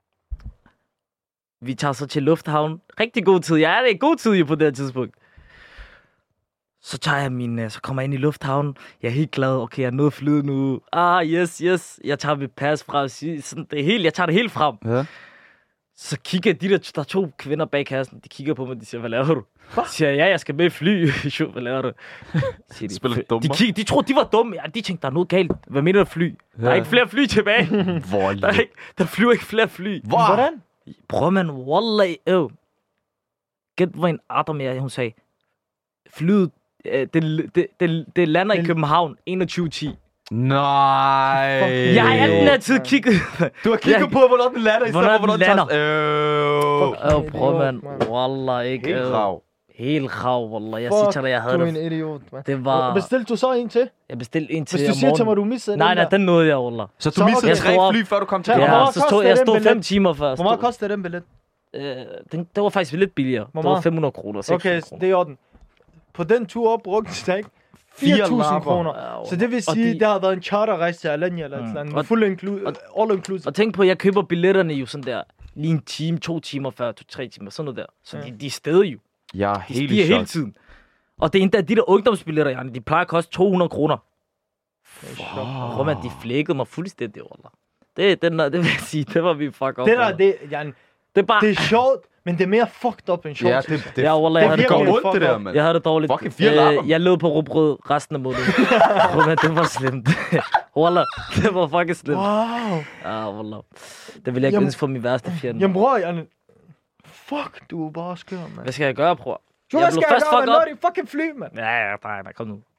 Vi tager så til lufthavn. Rigtig god tid. Jeg er det i god tid på det her tidspunkt. Så tager jeg så kommer jeg ind i lufthavnen. Jeg er helt glad. Okay, jeg er nået flyet nu. Yes. Jeg tager mit pas fra. Sådan, jeg tager det helt frem. Ja. Så kigger der er 2 kvinder bag kassen. De kigger på mig, de siger, hvad laver du? Jeg siger, ja, jeg skal med i fly. Hvad laver du? Siger de, spiller dummer. De troede, de var dumme. Ja, de tænkte, der er noget galt. Hvad mener du fly? Ja. Der er ikke flere fly tilbage. Der flyver ikke flere fly. Hvordan? Prøv, man, wallah, gæt, hvor en Adam er, hun sagde. Flyet, det lander i København 21:10. Nej. Jeg har den her tid kigget. Du har kigget på, hvornår den lander, i stedet for, hvornår den lander. Prøv, man, wallah, ikke. Helt rav, wallah. Jeg siger til dig, jeg havde det. Du er en idiot, man. Det var... Bestilte du så en til? Jeg bestilte en til. Hvis du siger til mig, du missede den. Nej, den nåede jeg, wallah. Så du missede 3 fly, før du kom til København? Ja, jeg stod 5 timer først. Hvor meget kostede den billet? Det var faktisk lidt billigere. Det var 500 kroner. Okay, det er i orden. På den tur brugte jeg ikke 4.000 kroner. Så det vil sige, der har været en charterrejse til Alanya eller et eller andet. All inclusive. Og tænk på, jeg køber billetterne jo sådan der. lige en time, 2 timer før, 2-3 timer, sådan noget der. Så de er stedet jo. Jeg er De helt i stiger hele chok. tiden. Og det er endda de der ungdomsbilletter, Janne, de plejer at koste 200 kroner. Hvor man, de flækkede mig fuldstændig, Wallah. Det vil jeg sige, det var vi fuck op. Det der, det, Jan, det er bare... det er sjovt, men det er mere fucked up end sjovt. Ja, det Ja, Wallah, jeg havde det det går dårligt. ondt, det der, mand. Jeg havde det dårligt. Fucking 4 lapper. Jeg led på rugbrød resten af måneden. Men det var slemt. Wallah, det var fucking slemt. Wow. Ja, Wallah. Det vil jeg ikke ønske for min værste fjende. Jamen bror, Jan. Fuck, du er bare skør, mand. Hvad skal jeg gøre, bror? Hvad Jeg skal blev jeg først gøre, fucked man? up. Nå, det er fucking fly, mand. Ja, nej, kom nu.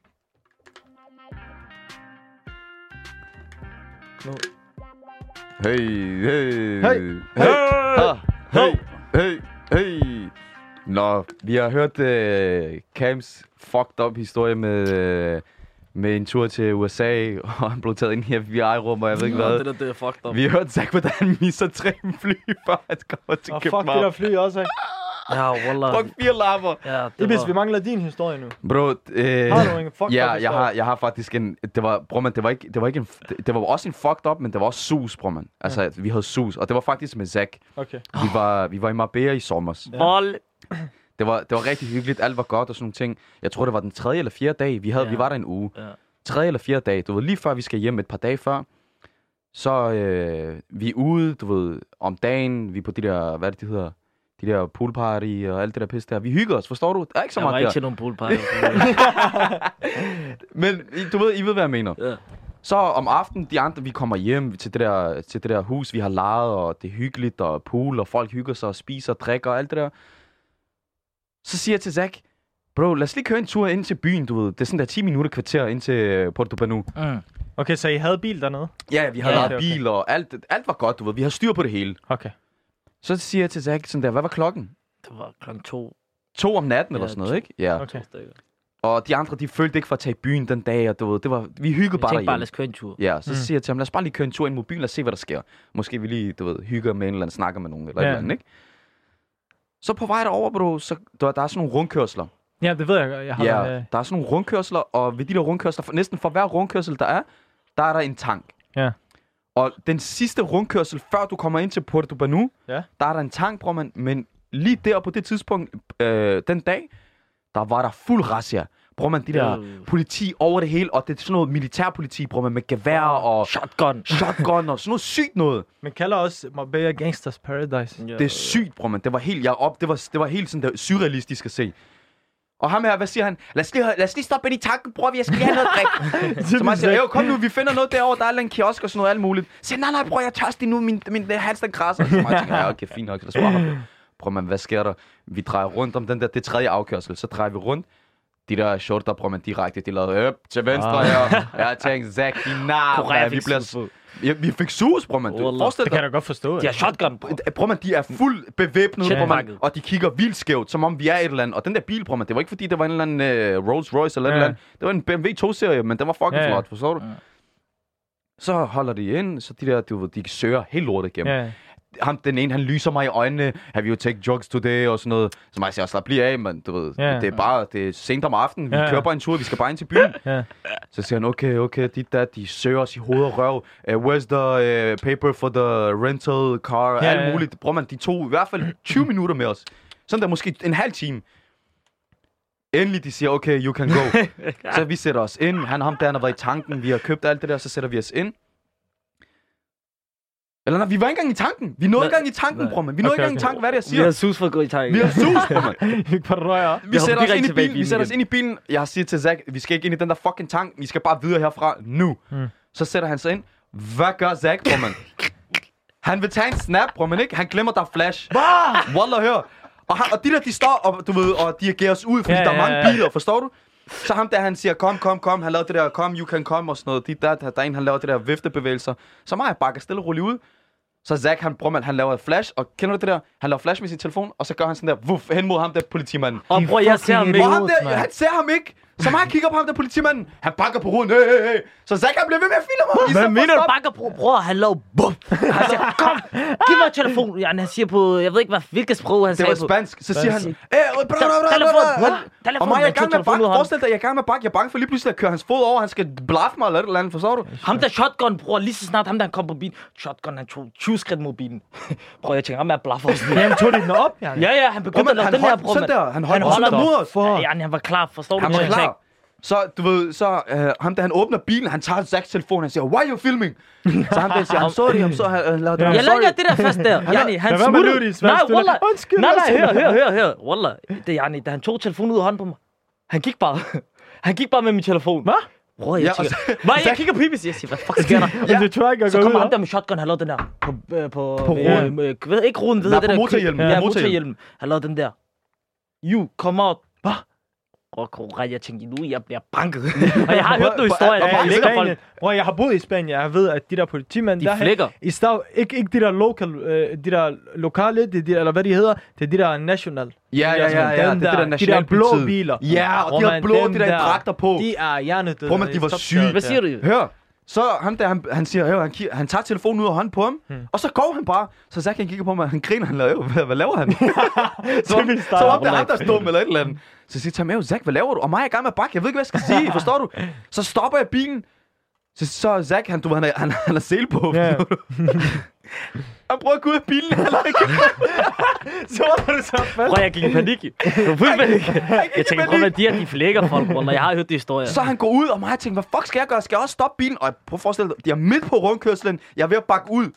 Hey, hey. Hey. Hey. Hey. Hey. Nå, vi har hørt Cams fucked up historie med en tur til USA, og han blev taget ind i FBI-rum, og jeg ved ikke hvad. Det er fucked up. Vi har hørt Zach, hvordan han misser 3 fly, før han kommer til Og fuck det København. der fly også, ikke? Ja, Wallah. Fuck 4 lapper. Ja, det Ibis, var... vi mangler din historie nu. Bro, Har du en fucked ja, up historie? jeg har faktisk en, det var, bror man, det var også en fucked up, men det var også sus, bror man. Altså, vi havde sus, og det var faktisk med Zach. Okay. Vi var i Marbella i sommer. Vold. Det var rigtig hyggeligt, alt var godt og sådan nogle ting. Jeg tror, det var den 3. eller 4. dag, vi var der en uge. Ja. 3. eller 4. dag, du ved, lige før vi skal hjem et par dage før. Så vi er ude, du ved, om dagen, vi er på de der, hvad er det, de hedder? De der poolparty og alt det der pis der. Vi hygger os, forstår du? Der er ikke så Jeg var meget ikke der. til nogen poolparty. Men du ved, I ved, hvad jeg mener. Ja. Så om aftenen, de andre, vi kommer hjem til det der hus, vi har lejet, og det er hyggeligt, og pool, og folk hygger sig og spiser og drikker og alt det der. Så siger jeg til Zach, bro, lad os lige køre en tur ind til byen, du ved. Det er sådan der 10 minutter kvarter ind til Porto Banu. Okay, så I havde bil dernede? Ja, vi havde Ja, lejet okay. bil, og alt var godt, du ved. Vi har styr på det hele. Okay. Så siger jeg til Zach sådan der, hvad var klokken? Det var klokken 2. 2 om natten eller Ja, sådan noget, ikke? Ja. Okay. Og de andre, de følte ikke for at tage i byen den dag, og du ved, vi hyggede Jeg bare tænkte bare, lad derhjemme. os køre en tur. Ja, så siger jeg til ham, lad os bare lige køre en tur ind i mobilen og se, hvad der sker. Måske vi lige, du ved, hygger med en eller anden, snakker med nogen, eller et eller andet, ikke? Så på vej derover, bro, så der er sådan nogle rundkørsler. Ja, det ved jeg. Jeg har Ja, der er sådan nogle rundkørsler, og ved de der rundkørsler, næsten for hver rundkørsel, der er der en tank. Ja. Og den sidste rundkørsel, før du kommer ind til Porto Banu, Ja. der er der en tank, bror man. Men lige der på det tidspunkt, den dag, der var der fuld razzia. Bror man, de der politi over det hele, og det er sådan noget militærpoliti, bror man, med gevær og Shotgun. og sådan noget sygt noget. Man kalder også Marbella Gangsters Paradise. Det er sygt, bror man. Det var helt, det var helt sådan der surrealistisk at se. Og ham her, hvad siger han? Lad os lige stoppe ind i tanken, bror, jeg skal lige have noget drik. Så man siger, kom nu, vi finder noget derovre, der er en kiosk og sådan noget alt muligt. Så siger, nej, bror, jeg er tørstig nu, min hals den krasser. Så man tænker, ja, okay, fint nok, lad os bare hoppe. Bror, man, hvad sker der? Vi drejer rundt om den der, det 3. afkørsel, så drejer vi rundt. De der shorts, der bror man direkte, de lavede til venstre her. Jeg tænkte, Zach, de nar, vi bliver... Vi fik sus, bror man. Forestil Det kan jeg da godt forstå. De har shotgun, bror. Bror man, de er fuld bevæbnet, bror man, Tætpakket. og de kigger vildt skævt, som om vi er et eller andet. Og den der bil, bror man, det var ikke fordi, det var en eller anden Rolls Royce eller et eller andet. Det var en BMW 2-serie, men den var fucking flot, forstår du? Så holder de ind, så de der, du ved, de søger helt lortet igennem. Ja. Den ene, han lyser mig i øjnene. Have you take drugs today? Og sådan noget. Så jeg siger, slap lige af, man. Du ved, det er sent om aftenen. Vi kører bare en tur, vi skal bare ind til byen. Så siger han, okay, de søger os i hoved og røv. Where's the paper for the rental car? Alt muligt. Bror man, de tog i hvert fald 20 minutter med os. Sådan der måske en halv time. Endelig de siger, okay, you can go. Så vi sætter os ind. Han har været i tanken. Vi har købt alt det der, så sætter vi os ind. Eller nej, vi var ikke engang i tanken. Vi nåede ikke engang i tanken, bror man. Vi nåede ikke engang i tanken, hvad det jeg siger. Vi har sus for at gå i tanken. Vi har sus, bror man. Vi sætter os ind i bilen. Vi sætter os ind i bilen. Jeg siger til Zach, vi skal ikke ind i den der fucking tank. Vi skal bare videre herfra nu. Så sætter han sig ind. Hvad gør Zach, bror man? Han vil tage en snap, bror man, ikke? Han glemmer, der er flash. Wallah, hør. Og de der, de står og, du ved, og dirigerer os ud, fordi der er mange biler, forstår du? Så ham der, han siger, kom, han lavede det der, come, you can come, og sådan noget. Der er en, han laver det der viftebevægelser. Så mig bakker stille og roligt ud. Så Zach, han laver et flash, og kender du det der? Han laver flash med sin telefon, og så gør han sådan der, hen mod ham der politimanden. Og bror, jeg ser ham ikke. Han ser ham ikke. Så mig kigger på ham, der politimanden. Han banker på ruden. Hey. Så Zack, han bliver ved med at filme mig. Hvad mener du? Banker på bror, han laver bum. Han siger, kom, giv mig telefonen. Ja, han siger på, jeg ved ikke, hvilket sprog han sagde på. Det var spansk. Så siger han, telefon. Og mig, jeg er i gang med at banke. Forestil dig, jeg er i gang med at banke. Jeg er bange for lige pludselig at køre hans fod over. Han skal blaffe mig eller et eller andet, forstår du? Ham der shotgun, bror, lige så snart ham der han kom på bilen. Shotgun, han tog 20 skridt mod bilen. Bror, jeg tænker, ham er blaffer. Jamen, tog de den op, Janne? Ja, han begyndte at lave den her, bror. Han holder mod os. Ja, han var klar, forstår du? Han var klar. Så, du ved, ham der han åbner bilen, han tager Zacks telefon, han siger, why are you filming? Så ham der siger, I'm sorry. Jeg lader det der fast der. Jani, han smutter. Nej, wallah. Nej, hør. Wallah, det er Jani, da han tog telefonen ud af hånden på mig. Han gik bare med min telefon. Hvad? Bror, jeg kigger på BBC, jeg siger, hvad fuck sker der? Så kommer han der med shotgun, han lavede den der. På ruden. Ikke ruden, det hedder det der. Motorhjelmen. Motorhjelmen. Han lavede den der. You, come out. Hvad? Og jeg tænkte, nu jeg bliver banket. Og jeg har hørt nogle historier, der flækker folk. Bror, jeg har boet i Spanien, jeg ved, at de der politimænd, de flækker. I stedet, ikke de der lokale, eller hvad de hedder, det er de der national. Ja, det er det der national. De der blå biler. Ja, og de der blå, de der dragter på. De er hjernedøde. Prøv med, de var syge. Hvad siger du? Hør. Så han siger, han tager telefonen ud af hånden på ham, og så går han bare. Så Zack, han kigger på mig, han griner, han laver, hvad laver han? så om det er ham, der er stum eller et eller andet. Så siger han, Zack, hvad laver du? Og mig er i gang med at bakke, jeg ved ikke, hvad jeg skal sige, forstår du? Så stopper jeg bilen. Så Zack, han har sele på. Han prøver at gå ud af bilen, så var det så fast. Prøv, jeg gik i panik. Du var fuld panik. Jeg tænkte, prøv at de flækker folk, når jeg har hørt de historier. Så han går ud, og mig tænker, hvad fuck skal jeg gøre? Skal jeg også stoppe bilen? Og prøv at forestille dig, de er midt på rundkørslen. Jeg er ved at bakke ud.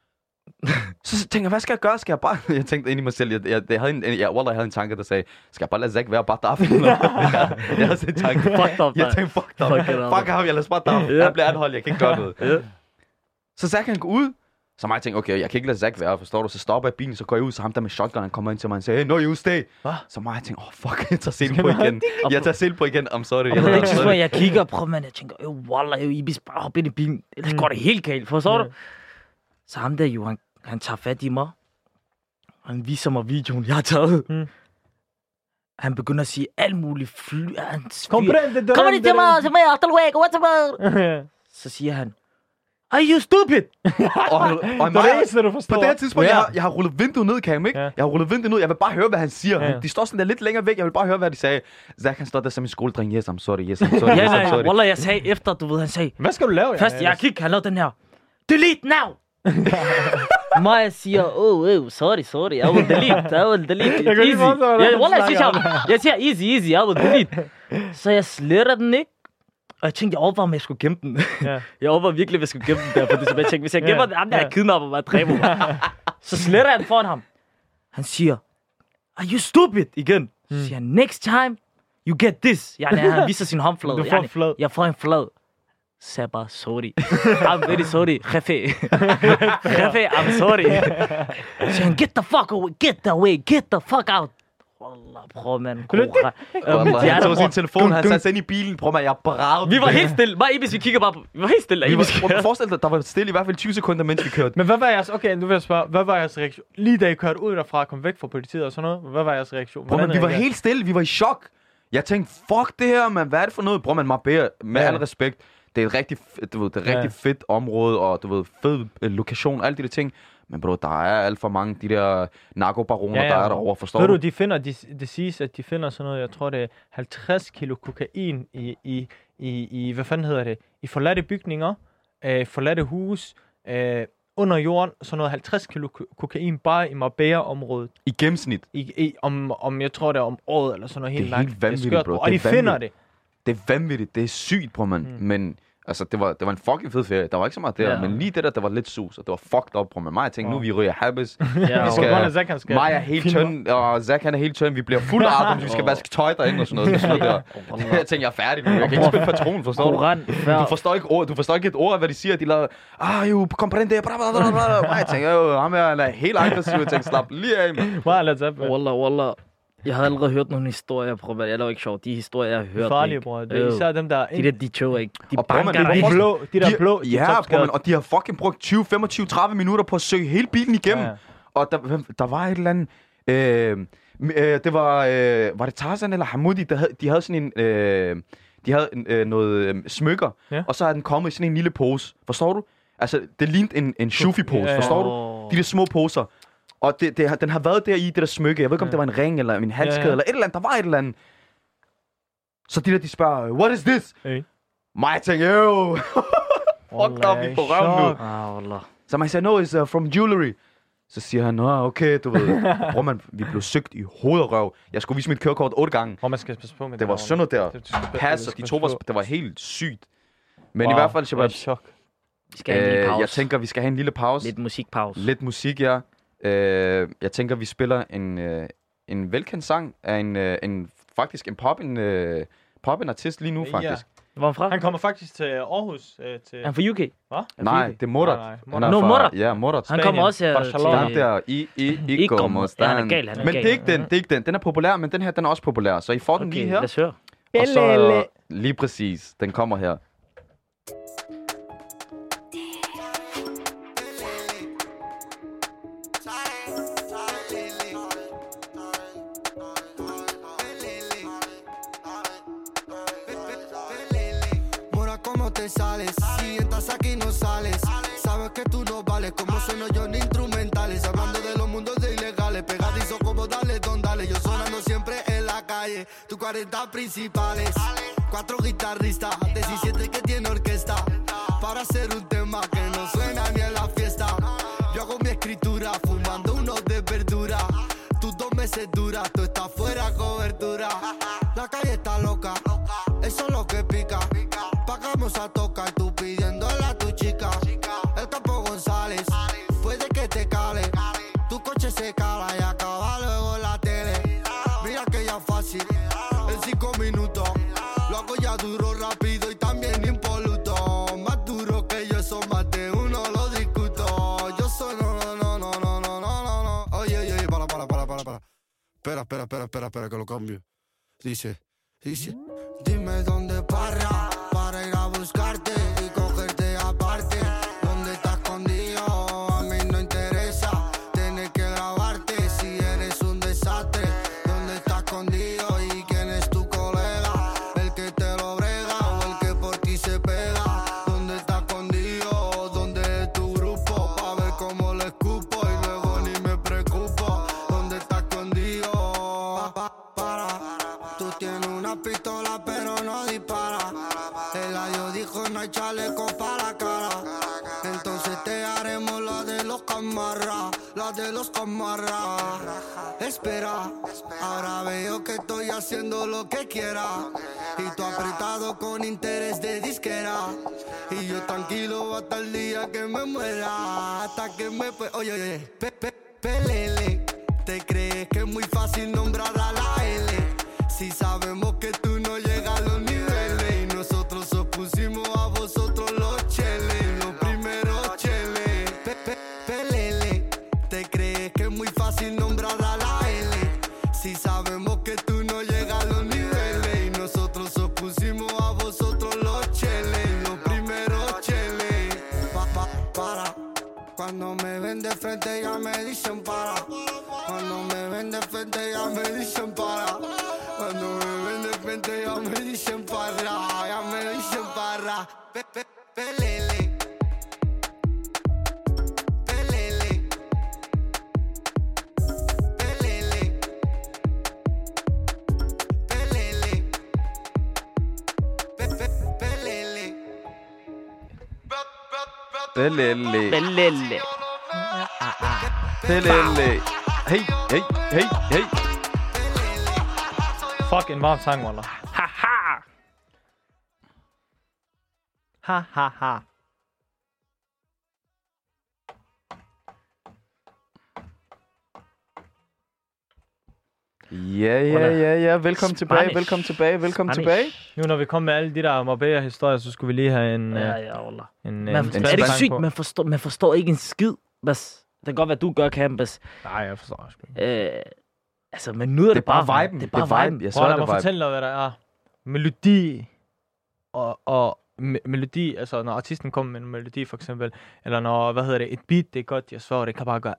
Så tænker jeg, hvad skal jeg gøre? Skal jeg bare... Jeg tænkte ind i mig selv, jeg havde en tanke, der sagde, skal jeg bare lade Zack være bare daff? Jeg havde sådan en tanke. Fuck up, jeg tænkte, fuck ham, jeg lader bare daff. Han bliver anholdt, jeg kan ikke gøre noget. Så Zack han går ud. Så mig tænker, okay, jeg kan ikke lade Zack være, forstår du? Så stopper jeg bilen, så går jeg ud, så ham der med shotgun, han kommer ind til mig og siger, hey, no, you stay. Så mig tænker, fuck, jeg tager selen på igen. Jeg tager selen på igen, I'm sorry. Jeg kigger på man, jeg tænker, wallah, Ibis, bare hop ind i bilen. Ellers går det helt galt, forstår du? Så ham der jo, han tager fat i mig. Han viser mig videoen, jeg har taget. Han begynder at sige alt muligt Kom lige til mig, så siger han, are you stupid? og på det her tidspunkt, jeg har rullet vinduet ned, kan ikke? Jeg har rullet vinduet ned, jeg vil bare høre, hvad han siger. De står sådan der lidt længere væk, jeg vil bare høre, hvad de sagde. Zack, han står der som en skoledreng, yes, I'm sorry. Wallah, jeg sagde efter, du ved, han sagde. Hvad skal du lave? Først, jeg kigger, han lavede den her. Delete now! Maja siger, sorry, I will delete. Easy. Jeg siger, easy, I will delete. Så jeg sletter den, ikke? Og jeg tænkte, jeg overvejede, om jeg skulle gemme den. Jeg overvejede virkelig, at jeg skulle gemme den der. For det, jeg tænkte, hvis jeg gemmer den, der er kidnapper mig og dræber mig. Så sletter jeg den foran ham. Han siger, are you stupid? Igen. Så siger han, next time, you get this. Han viser sin håndflade. Du får en flad. Jeg får en flad. Så sagde jeg bare, sorry. I'm very sorry, Jefe, I'm sorry. Så siger han, get the fuck away, get the fuck out. Wallah, bror, man. Han tog sin telefon, han satte sig ind i bilen. Bror, man, jeg bragte. Vi var helt stille. Bare Ibis, vi kigger bare på. Vi var helt stille. Forestil dig, der var stille i hvert fald 20 sekunder, mens vi kørte. Men hvad var jeres... Okay, nu vil jeg spørge. Hvad var jeres reaktion? Lige da I kørte ud derfra og kom væk fra politiet og sådan noget. Hvad var jeres reaktion? Bror, vi var helt stille. Vi var i chok. Jeg tænkte, fuck det her, man. Hvad er det for noget? Bror, man, med al respekt. Det er et rigtig, rigtig fedt område, og du ved, fed lokation, alle de der ting. Men bro, der er alt for mange de der narkobaroner, der er derovre, forstår du? Ved du, de finder, det siges, at de finder sådan noget, jeg tror det er 50 kilo kokain i hvad fanden hedder det, i forladte bygninger, forladte hus, under jorden, sådan noget 50 kilo kokain bare i Marbella-området. I gennemsnit? Om jeg tror det er om året, eller sådan noget helt langt. Det er helt vanvittigt, bro. Og de finder det. Det er vanvittigt, det er sygt, bror, man. Men altså, det var en fucking fed ferie. Der var ikke så meget der, men lige det der var lidt sus, og det var fucked up, bror. Men mig, jeg tænkte, nu vi ryger habis. Mig er helt tynd, og Zack han er helt tynd. Vi bliver fuld af vi skal vaske tøj derinde og sådan noget. Der. Jeg tænkte, jeg er færdig nu. Jeg kan ikke spille patron, forstår du? Du forstår ikke et ord af, hvad de siger. De lader, you comprende, jeg tænker, ham er helt aggressiv. Jeg tænker, slap lige af, man. Wallah. Jeg har allerede hørt nogle historier, prøv at jeg laver ikke sjov. De historier, jeg har hørt, farlige, bror. Det er især dem, der... De tog ikke. De banker dig. De der blå. Ja, bror, og de har fucking brugt 20, 25, 30 minutter på at søge hele bilen igennem. Ja. Og der var et eller andet... Det var det Tarzan eller Hamoudi, de havde sådan en... de havde noget smykker, og så er den kommet i sådan en lille pose. Forstår du? Altså, det lignede en Shufi-pose, forstår du? De der små poser. Og den har været der i det der smykke. Jeg ved ikke, om det var en ring, eller en handskede, eller et eller andet. Der var et eller andet. Så de spørger, what is this? Mig tænker, yo! Fuck up, vi på røven nu. Så man siger, no, it's from jewelry. Så siger han, okay, du ved. Bror, man, vi blev søgt i hoved og røv. Jeg skulle vise mit kørekort 8 gange. Hvor man skal passe på med det var sådan noget der. Pas, og de to var, det var helt sygt. Men i hvert fald, Shabab, Vi skal have en lille pause. jeg tænker, vi skal have en lille pause. Lidt musikpause. Lidt musik, ja. Jeg tænker, vi spiller en velkendt sang af en poppen artist lige nu, faktisk. Hvor er han fra? Han kommer faktisk til Aarhus. Han er fra UK? Hvad? Nej, det er Murat. Murat? Ja, Murat. Han kommer også her til... Der i kommer ja, han er gal, han er men det er ikke den. Den er populær, men den her, den er også populær. Så I får den lige her. Lad os høre. Og så lige præcis. Den kommer her. Sales, si estás aquí no sales. Sabes que tú no vales, como sueno yo ni instrumentales. Hablando de los mundos de ilegales, pegadizo como dale, don dale. Yo sonando siempre en la calle, tu 40 principales. 4 guitarristas, 17 que tiene orquesta. Para hacer un tema que no suena ni en la fiesta. Yo hago mi escritura, fumando unos de verdura. Tus 2 meses duras, tú estás fuera cobertura. La calle está loca, eso es lo que pica. Pagamos a tocar, tú pidiéndole a tu chica. El Campo González, puede que te cale. Tu coche se cala y acaba luego en la tele. Mira que ya fácil, en 5 minutos. Lo hago ya duro, rápido y también impoluto. Más duro que yo, eso más de uno lo discuto. Yo soy no. Oye, para. Espera, que lo cambio. Dice. Dime dónde para ir a buscarte y cogerte aparte. ¿Dónde estás escondido? A mí no interesa tener que grabarte si eres un desastre. ¿Dónde estás escondido y quién es tu colega? El que te lo brega o el que por ti se pega. ¿Dónde estás escondido? ¿Dónde es tu grupo? Pa' ver cómo le escupo y luego ni me preocupo. ¿Dónde estás escondido? Para. Tú tienes una pistola pero no dispara. El ayo dijo no hay chaleco para la cara. Entonces te haremos la de los camarras. Espera, ahora veo que estoy haciendo lo que quiera. Y tú apretado con interés de disquera. Y yo tranquilo hasta el día que me muera. Hasta que me... Oye, pelele. ¿Te crees que es muy fácil nombrar a la L? Si sabemos que tú no llegas a los niveles. Y nosotros os pusimos a vosotros los cheles. Los primeros cheles. Pelele. ¿Te crees que es muy fácil nombrar a la L? Si sabemos que tú no llegas a los niveles. Y nosotros os pusimos a vosotros los cheles. Los primeros cheles. Para. Cuando me ven de frente ya me dicen para. Cuando me ven de frente ya me dicen para. Cuando me ven de frente ya me dicen para. Pelele. Belele. Hey. Fuck en varm sang, Wallah. Ha. Ja. Velkommen tilbage. Nu når vi kommer med alle de der Marbella-historier, så skulle vi lige have en... Ja, Wallah. En Er det ikke sygt? Man forstår ikke en skid, Bas. Det kan godt være, du gør Campus. Nej, jeg forstår også ikke. Altså, man nyder det bare viben. Det er bare viben. Jeg Prøv svær at det fortælle dig, hvad der er. Melodi og melodi, altså når artisten kommer med en melodi for eksempel, eller når, et beat, det er godt, jeg svarer, det kan bare gøre alt.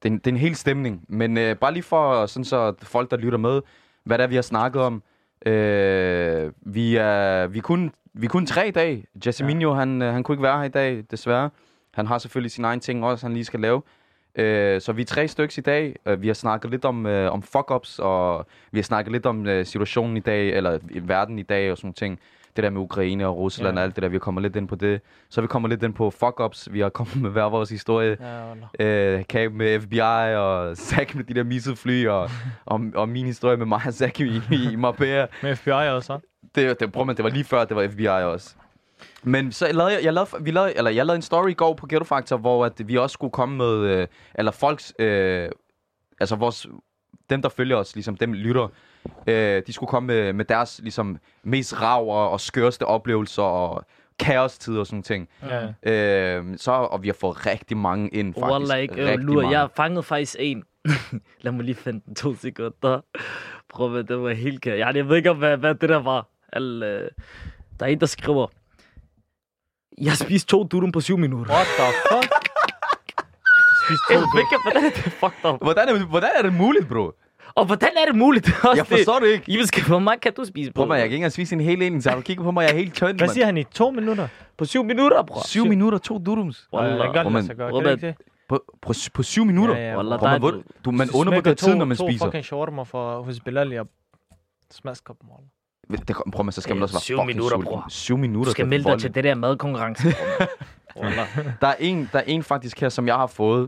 det er en hel stemning. Men bare lige for sådan så folk, der lytter med, hvad det er, vi har snakket om. Vi er kun 3 i dag. Jasminho, han kunne ikke være her i dag, desværre. Han har selvfølgelig sine egne ting også, han lige skal lave. Så vi er 3 stykker i dag. Vi har snakket lidt om fuck-ups, og vi har snakket lidt om situationen i dag, eller verden i dag og sådan nogle ting. Det der med Ukraine og Rusland og alt det der, vi kommer lidt ind på det. Så vi kommer lidt ind på fuck-ups. Vi har kommet med hver vores historie. Kab med FBI og Zack med de der missede fly, og min historie med mig og Zack i Marbella. Med FBI også, det var lige før, det var FBI også. Men så jeg lavede en story i går på Ghetto Factor, hvor at vi også skulle komme med, eller folks, altså dem der følger os, ligesom dem lytter, de skulle komme med deres ligesom mest rav og skørste oplevelser og kaos-tider og sådan ting. Og vi har fået rigtig mange ind, faktisk. Wallah, ikke jeg fangede faktisk en. Lad mig lige finde den 2 sekunder. Prøv at det var helt kært. Jeg ved ikke, hvad det der var. Der er en, der skriver, jeg spiste 2 durum på 7 minutter. What the fuck? Hvordan er det fucked up? Hvordan er det muligt, bro? Og hvordan er det muligt? Jeg forstår det ikke. I skal, hvor meget kan du spise, bro? Prøv, jeg kan ikke engang spise en hel en, så har du kigget på mig, jeg er helt tynd. Hvad siger han i 2 minutter? På 7 minutter, bro. 7 minutter, 2 durums. På 7 minutter? Ja. Man undervurderer tiden, når man spiser. 2 fucking shawarma hos Bilal, og smasker dem. Prøv, så skal man også være 7 fucking minutter, sulten. bror. 7 minutter. Du skal melde dig til det der madkonkurrence. Der er en faktisk her, som jeg har fået.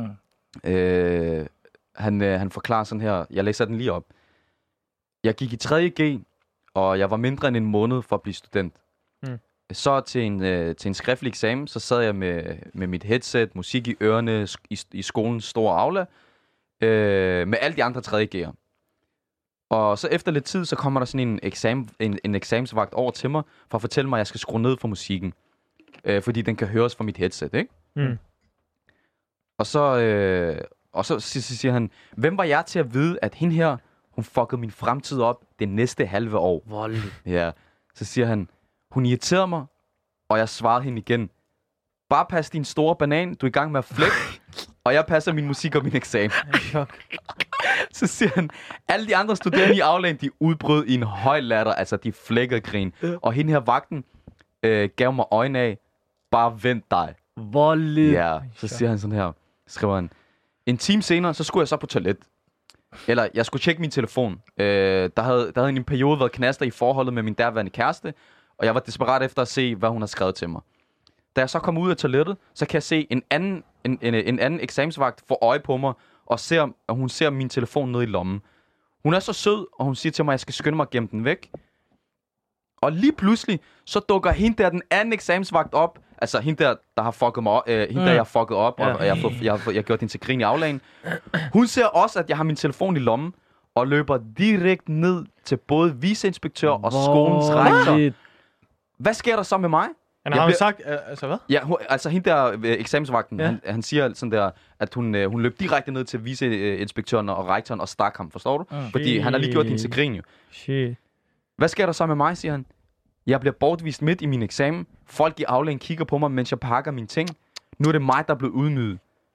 Han forklarer sådan her. Jeg læser den lige op. Jeg gik i 3.G, og jeg var mindre end en måned for at blive student. Så til en skriftlig eksamen, så sad jeg med mit headset, musik i ørerne, i skolens store aula, med alle de andre 3.G'ere. Og så efter lidt tid, så kommer der sådan en eksamensvagt over til mig, for at fortælle mig, at jeg skal skrue ned for musikken. Fordi den kan høres fra mit headset, ikke? Og så siger han, hvem var jeg til at vide, at hende her, hun fuckede min fremtid op det næste halve år? Voldeligt. Ja. Så siger han, hun irriterede mig, og jeg svarede hende igen. Bare pas din store banan, du er i gang med at flække, og jeg passer min musik og min eksamen. Så siger han, alle de andre studerende i aflagen, de udbrød i en høj latter, altså de flækkede grin. Og hende her vagten gav mig øjne af, bare vent dig. Voldeligt. Ja, så siger han sådan her, skriver han, en time senere, så skulle jeg så på toilet. Eller jeg skulle tjekke min telefon. Der havde i en periode været knaster i forholdet med min derværende kæreste, og jeg var desperat efter at se, hvad hun har skrevet til mig. Da jeg så kom ud af toilettet, så kan jeg se en anden eksamensvagt få øje på mig, og hun ser min telefon nede i lommen. Hun er så sød, og hun siger til mig, at jeg skal skynde mig at gemme den væk. Og lige pludselig, så dukker hende der, den anden eksamensvagt op. Altså hende der har fucket mig op, der jeg har fucket op, og jeg har gjort hende til grin i aflagen. Hun ser også, at jeg har min telefon i lommen, og løber direkte ned til både viceinspektør og skolens rektor. Hvad sker der så med mig? Han har sagt, altså hvad? Ja, altså hende der eksamensvagten, han siger sådan der, at hun løb direkte ned til viceinspektøren og rektoren og stak ham, forstår du? Fordi han har lige gjort hende til grin jo. Shit. Hvad sker der så med mig, siger han? Jeg bliver bortvist midt i min eksamen. Folk i aflægen kigger på mig, mens jeg pakker mine ting. Nu er det mig, der er blevet ydmyget.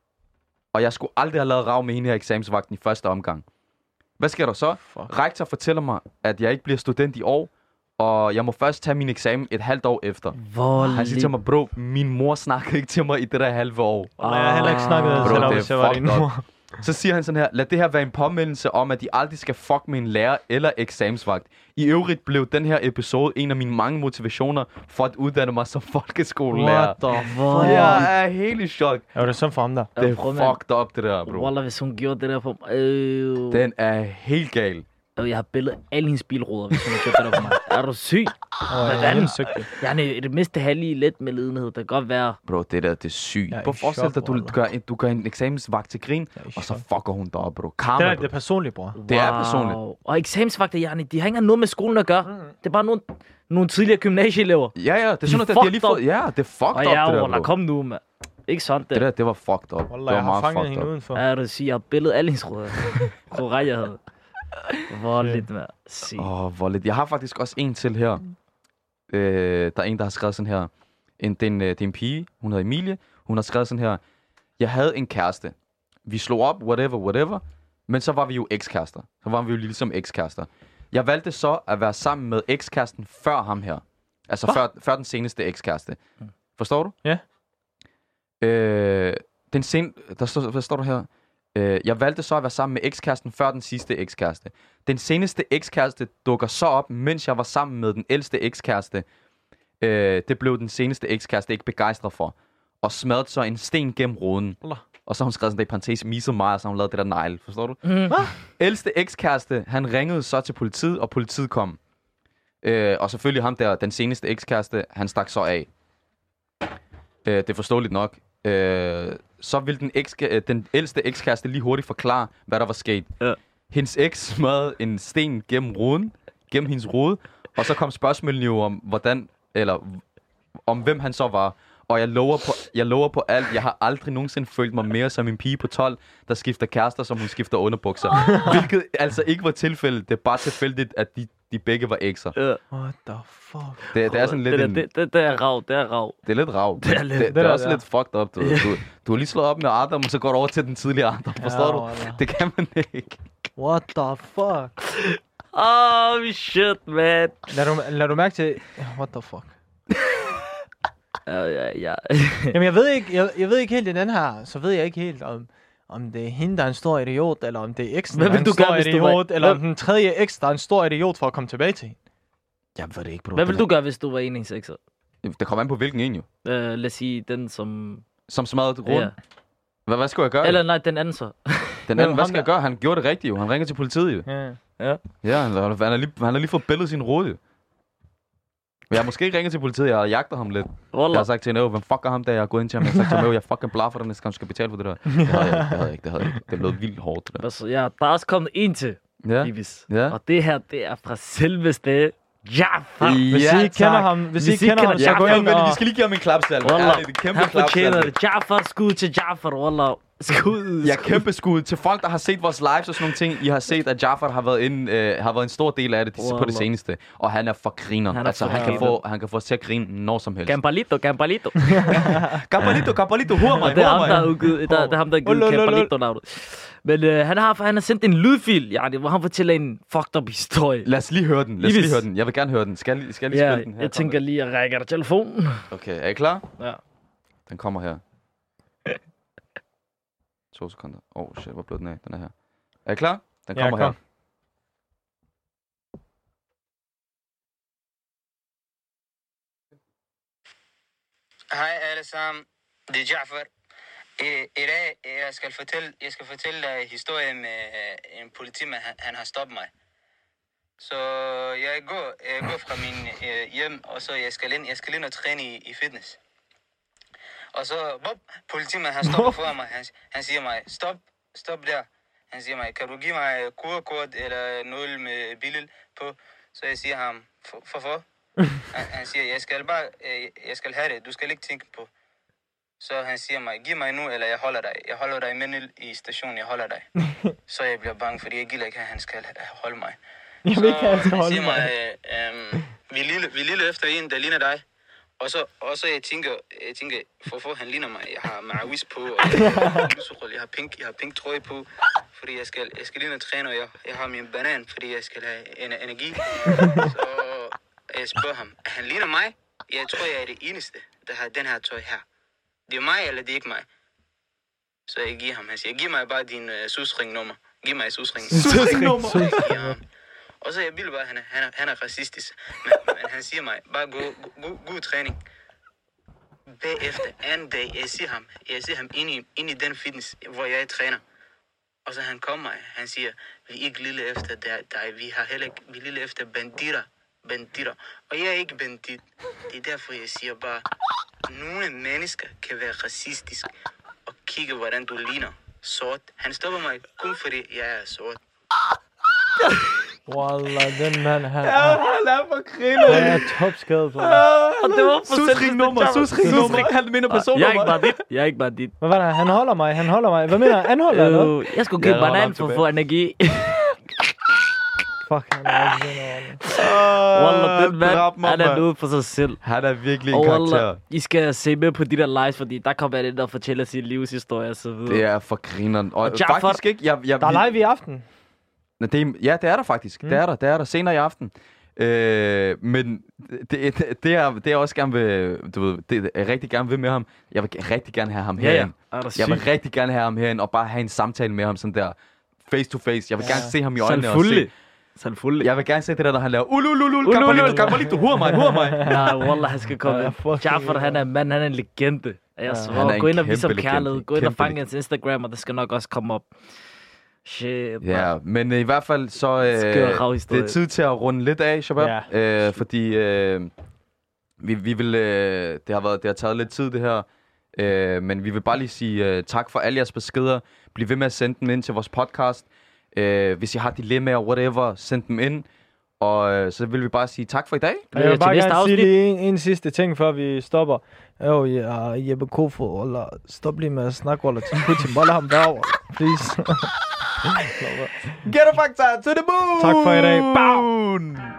Og jeg skulle aldrig have lavet rav med hende her eksamensvagten i første omgang. Hvad sker der så? Rektor fortæller mig, at jeg ikke bliver student i år, og jeg må først tage min eksamen et halvt år efter. Han siger til mig, bro, min mor snakkede ikke til mig i det der halve år. Jeg har heller ikke snakket til dig, hvis jeg var din mor. Så siger han sådan her, lad det her være en påmindelse om, at de aldrig skal fuck med en lærer eller eksamensvagt. I øvrigt blev den her episode en af mine mange motivationer for at uddanne mig som folkeskolelærer. What the fuck? Jeg er helt i chok. Ja, det er sådan for ham der. Det er fucked up, det der, bro. Wallah, hvis hun gjorde det der på mig. Den er helt gal. Jeg har billedet alle hendes bilruder, hvis hun har gjort det der på mig. Er du syg? Hvordan? Jeg er det mindste halvlige let med lidenhed. Det kan godt være. Bro, det er sygt. Prøv at forestille dig, du gør en eksamensvagt til grin, og så fucker hun dig op, bro. Karma, det er personligt, bror. Det er personligt. Og eksamensvagter, de har ikke engang noget med skolen at gøre. Det er bare nogle tidligere gymnasieelever. Ja, det er sådan noget, de har lige fået. Ja, det er fucked up, det der, bro. Kom nu, mand. Ikke sådan det. Det var fucked up. Wallah, det var meget fucked up. Udenfor. Ja, du siger, jeg har billedet alle hendes ruder. Korrekt, jeg havde. Voldeligt, mand. Voldeligt. Jeg har faktisk også en til her. Der er en, der har skrevet sådan her. Det er en pige. Hun hedder Emilie. Hun har skrevet sådan her. Jeg havde en kæreste. vi slog op, whatever. Men så var vi jo ekskærester. Så var vi jo ligesom ekskærester. Jeg valgte så at være sammen med ekskæresten før ham her. Altså før den seneste ekskæreste. Forstår du? Ja. Hvad står der her? Jeg valgte så at være sammen med ekskæresten før den sidste ekskæreste. Den seneste ekskæreste dukker så op, mens jeg var sammen med den ældste ekskæreste. Det blev den seneste ekskæreste ikke begejstret for. Og smadrede så en sten gennem ruden. Og så har hun skrevet sådan der i parentes, Misa Maja, så hun lavede det der negl. Forstår du? Ældste ekskæreste, han ringede så til politiet, og politiet kom. Og selvfølgelig ham der, den seneste ekskæreste, han stak så af. Det er forståeligt nok. Så ville den ældste ekskæreste lige hurtigt forklare, hvad der var sket. Ja. Hendes eks smadrede en sten gennem hendes rode, og så kom spørgsmålene jo om, om hvem han så var. Og jeg lover på alt, jeg har aldrig nogensinde følt mig mere som en pige på 12, der skifter kærester, som hun skifter underbukser. Hvilket altså ikke var tilfældet. Det er bare tilfældigt, at de begge var ekser. What the fuck? Det er sådan lidt det er rav. Det er lidt rav. Det er også lidt fucked up. Du har lige slået op med Adam, og så går du over til den tidligere Adam. Forstår du? Det kan man ikke. What the fuck? Oh shit, man. Lad du mærke til... What the fuck? Ja. Jamen, jeg ved ikke helt i den her, så ved jeg ikke helt, om det er hende, der er en stor idiot, eller om det er eksen, der er en stor idiot, eller om den tredje eks, der er en stor idiot for at komme tilbage til hende. Jamen, det ikke, bro. Hvad vil du gøre, hvis du var en sekser? Det kommer an på, hvilken en jo. Lad os sige, den som... Som smadrede rundt? Ja. Hvad skulle jeg gøre? Eller nej, den anden så. Den anden, hvad skal jeg gøre? Han gjorde det rigtigt jo. Han ringer til politiet jo. Ja, han har lige fået billedet sin rode jo. Men jeg har måske ikke ringet til politiet, jeg har jagtet ham lidt. Jeg har sagt til hende, hvem fucker ham der, jeg har gået ind til ham. Jeg har sagt til ham, jeg fucking blaffer den, næste gang, skal betale for det der. Det havde jeg ikke. Det blev vildt hårdt. Det der. Ja, der er også kommet en til, Ibis. Ja. Og det her, det er fra selveste Jafar. Hvis I ikke kender ham, så gå ind og... Vi skal lige give ham en klapsalve. Ærligt, et kæmpe klapsalve. Jafar, skud til Jafar, wallah. Skud. Ja, kæmpe skud til folk, der har set vores lives og sådan nogle ting. I har set, at Jafar har været en stor del af det på det seneste. Og han er for griner. Altså, han kan få os til at grine når som helst. Campalito. Campalito, hur mig. Det er ham, der har givet Campalito-navnet. Men han har sendt en lydfil, hvor han fortæller en fucked up historie. Lad os lige høre den. Jeg vil gerne høre den. Skal jeg lige spille den her? Jeg tænker lige at række dig telefonen. Okay, er I klar? Ja. Den kommer her. 2 sekunder. Shit, hvor blev den af? Den er her. Er I klar? Den kommer her. Hej alle sammen. Det er Jafar. I dag jeg skal fortælle dig historien med en politimand. Han har stoppet mig. Så jeg går fra min hjem, og så jeg skal ind og træne i fitness. Og så, politimanden han stopper for mig. Han siger mig, stop der. Han siger mig, kan du give mig kurkort eller noget med billede på? Så jeg siger ham, hvorfor? Han siger, jeg skal have det, du skal ikke tænke på. Så han siger mig, giv mig nu, eller jeg holder dig. Jeg holder dig med i stationen, jeg holder dig. Så jeg bliver bange, fordi jeg gider ikke, at han skal holde mig. Jeg vil ikke, at han skal holde mig. Vi lille efter en, der ligner dig. Og så jeg tænker, hvorfor han ligner mig. Jeg har marawis på, og jeg har pink trøje på, fordi jeg skal lige noget træne, og jeg har min banan, fordi jeg skal have energi. Så jeg spørger ham, han ligner mig? Jeg tror, jeg er det eneste, der har den her tøj her. Det er mig, eller det er ikke mig? Så jeg giver ham, han siger, giv mig bare din susringnummer. Giv mig susringnummer. Og så jeg vil bare, han er racistisk. Men han siger mig, bare god træning. Bagefter, anden dag, jeg ser ham ind i den fitness, hvor jeg træner. Og så han kommer, han siger, vi er ikke lille efter dig, vi er lille efter banditter. Og jeg er ikke bandit. Det er derfor, jeg siger bare, nogle mennesker kan være racistiske og kigge, hvordan du ligner sort. Han stopper mig kun fordi jeg er sort. Wallah, den mand her. Ja, han er for griner. Han er topskadet på. Og det var for susringnummer. Han minder personnummer. Jeg er ikke bare dit. Hvad var det? Han holder mig. Hvad mener han? Anholder eller? Jeg skulle give banan for at få energi. Fuck, han er også den Wallah, den mand, han er noget for sig selv. Han er virkelig en Og karakter. Wallah, I skal se med på de der lives, fordi der kommer han ind og fortæller sin livshistorie og så videre. Det er for grineren. Og Jafar- faktisk ikke... Jeg, Der er live i aften. det er der faktisk. Det er der senere i aften. Men det er også gerne vil, du ved, det jeg rigtig gerne vil med ham. Jeg vil rigtig gerne have ham herinde. Jeg vil rigtig gerne have ham herinde og bare have en samtale med ham sådan der face to face. Jeg vil gerne se ham i øjnene og se. Selvfølgelig. Jeg vil gerne se det der, når han laver Carbolito, hur mig. Nej, Wallah, han skal komme ind. Jafar, han er en legende. Jeg svarer, gå ind og vise ham kærlighed. Gå ind og fange hans Instagram, og det skal nok også komme op. Shit, ja, men i hvert fald så det er tid til at runde lidt af, Shabab, fordi vi vil det har taget lidt tid det her, men vi vil bare lige sige tak for alle jeres beskeder. Bliv ved med at sende dem ind til vores podcast. Hvis I har dilemmaer whatever, send dem ind. Og så vil vi bare sige tak for i dag. Jeg vil bare gerne sige lige en sidste ting, før vi stopper. Jeppe Kofod, eller stop lige med at snakke, eller til Putin, bolle ham derovre, please. Get a factor to the moon! Tak for i dag. Bow!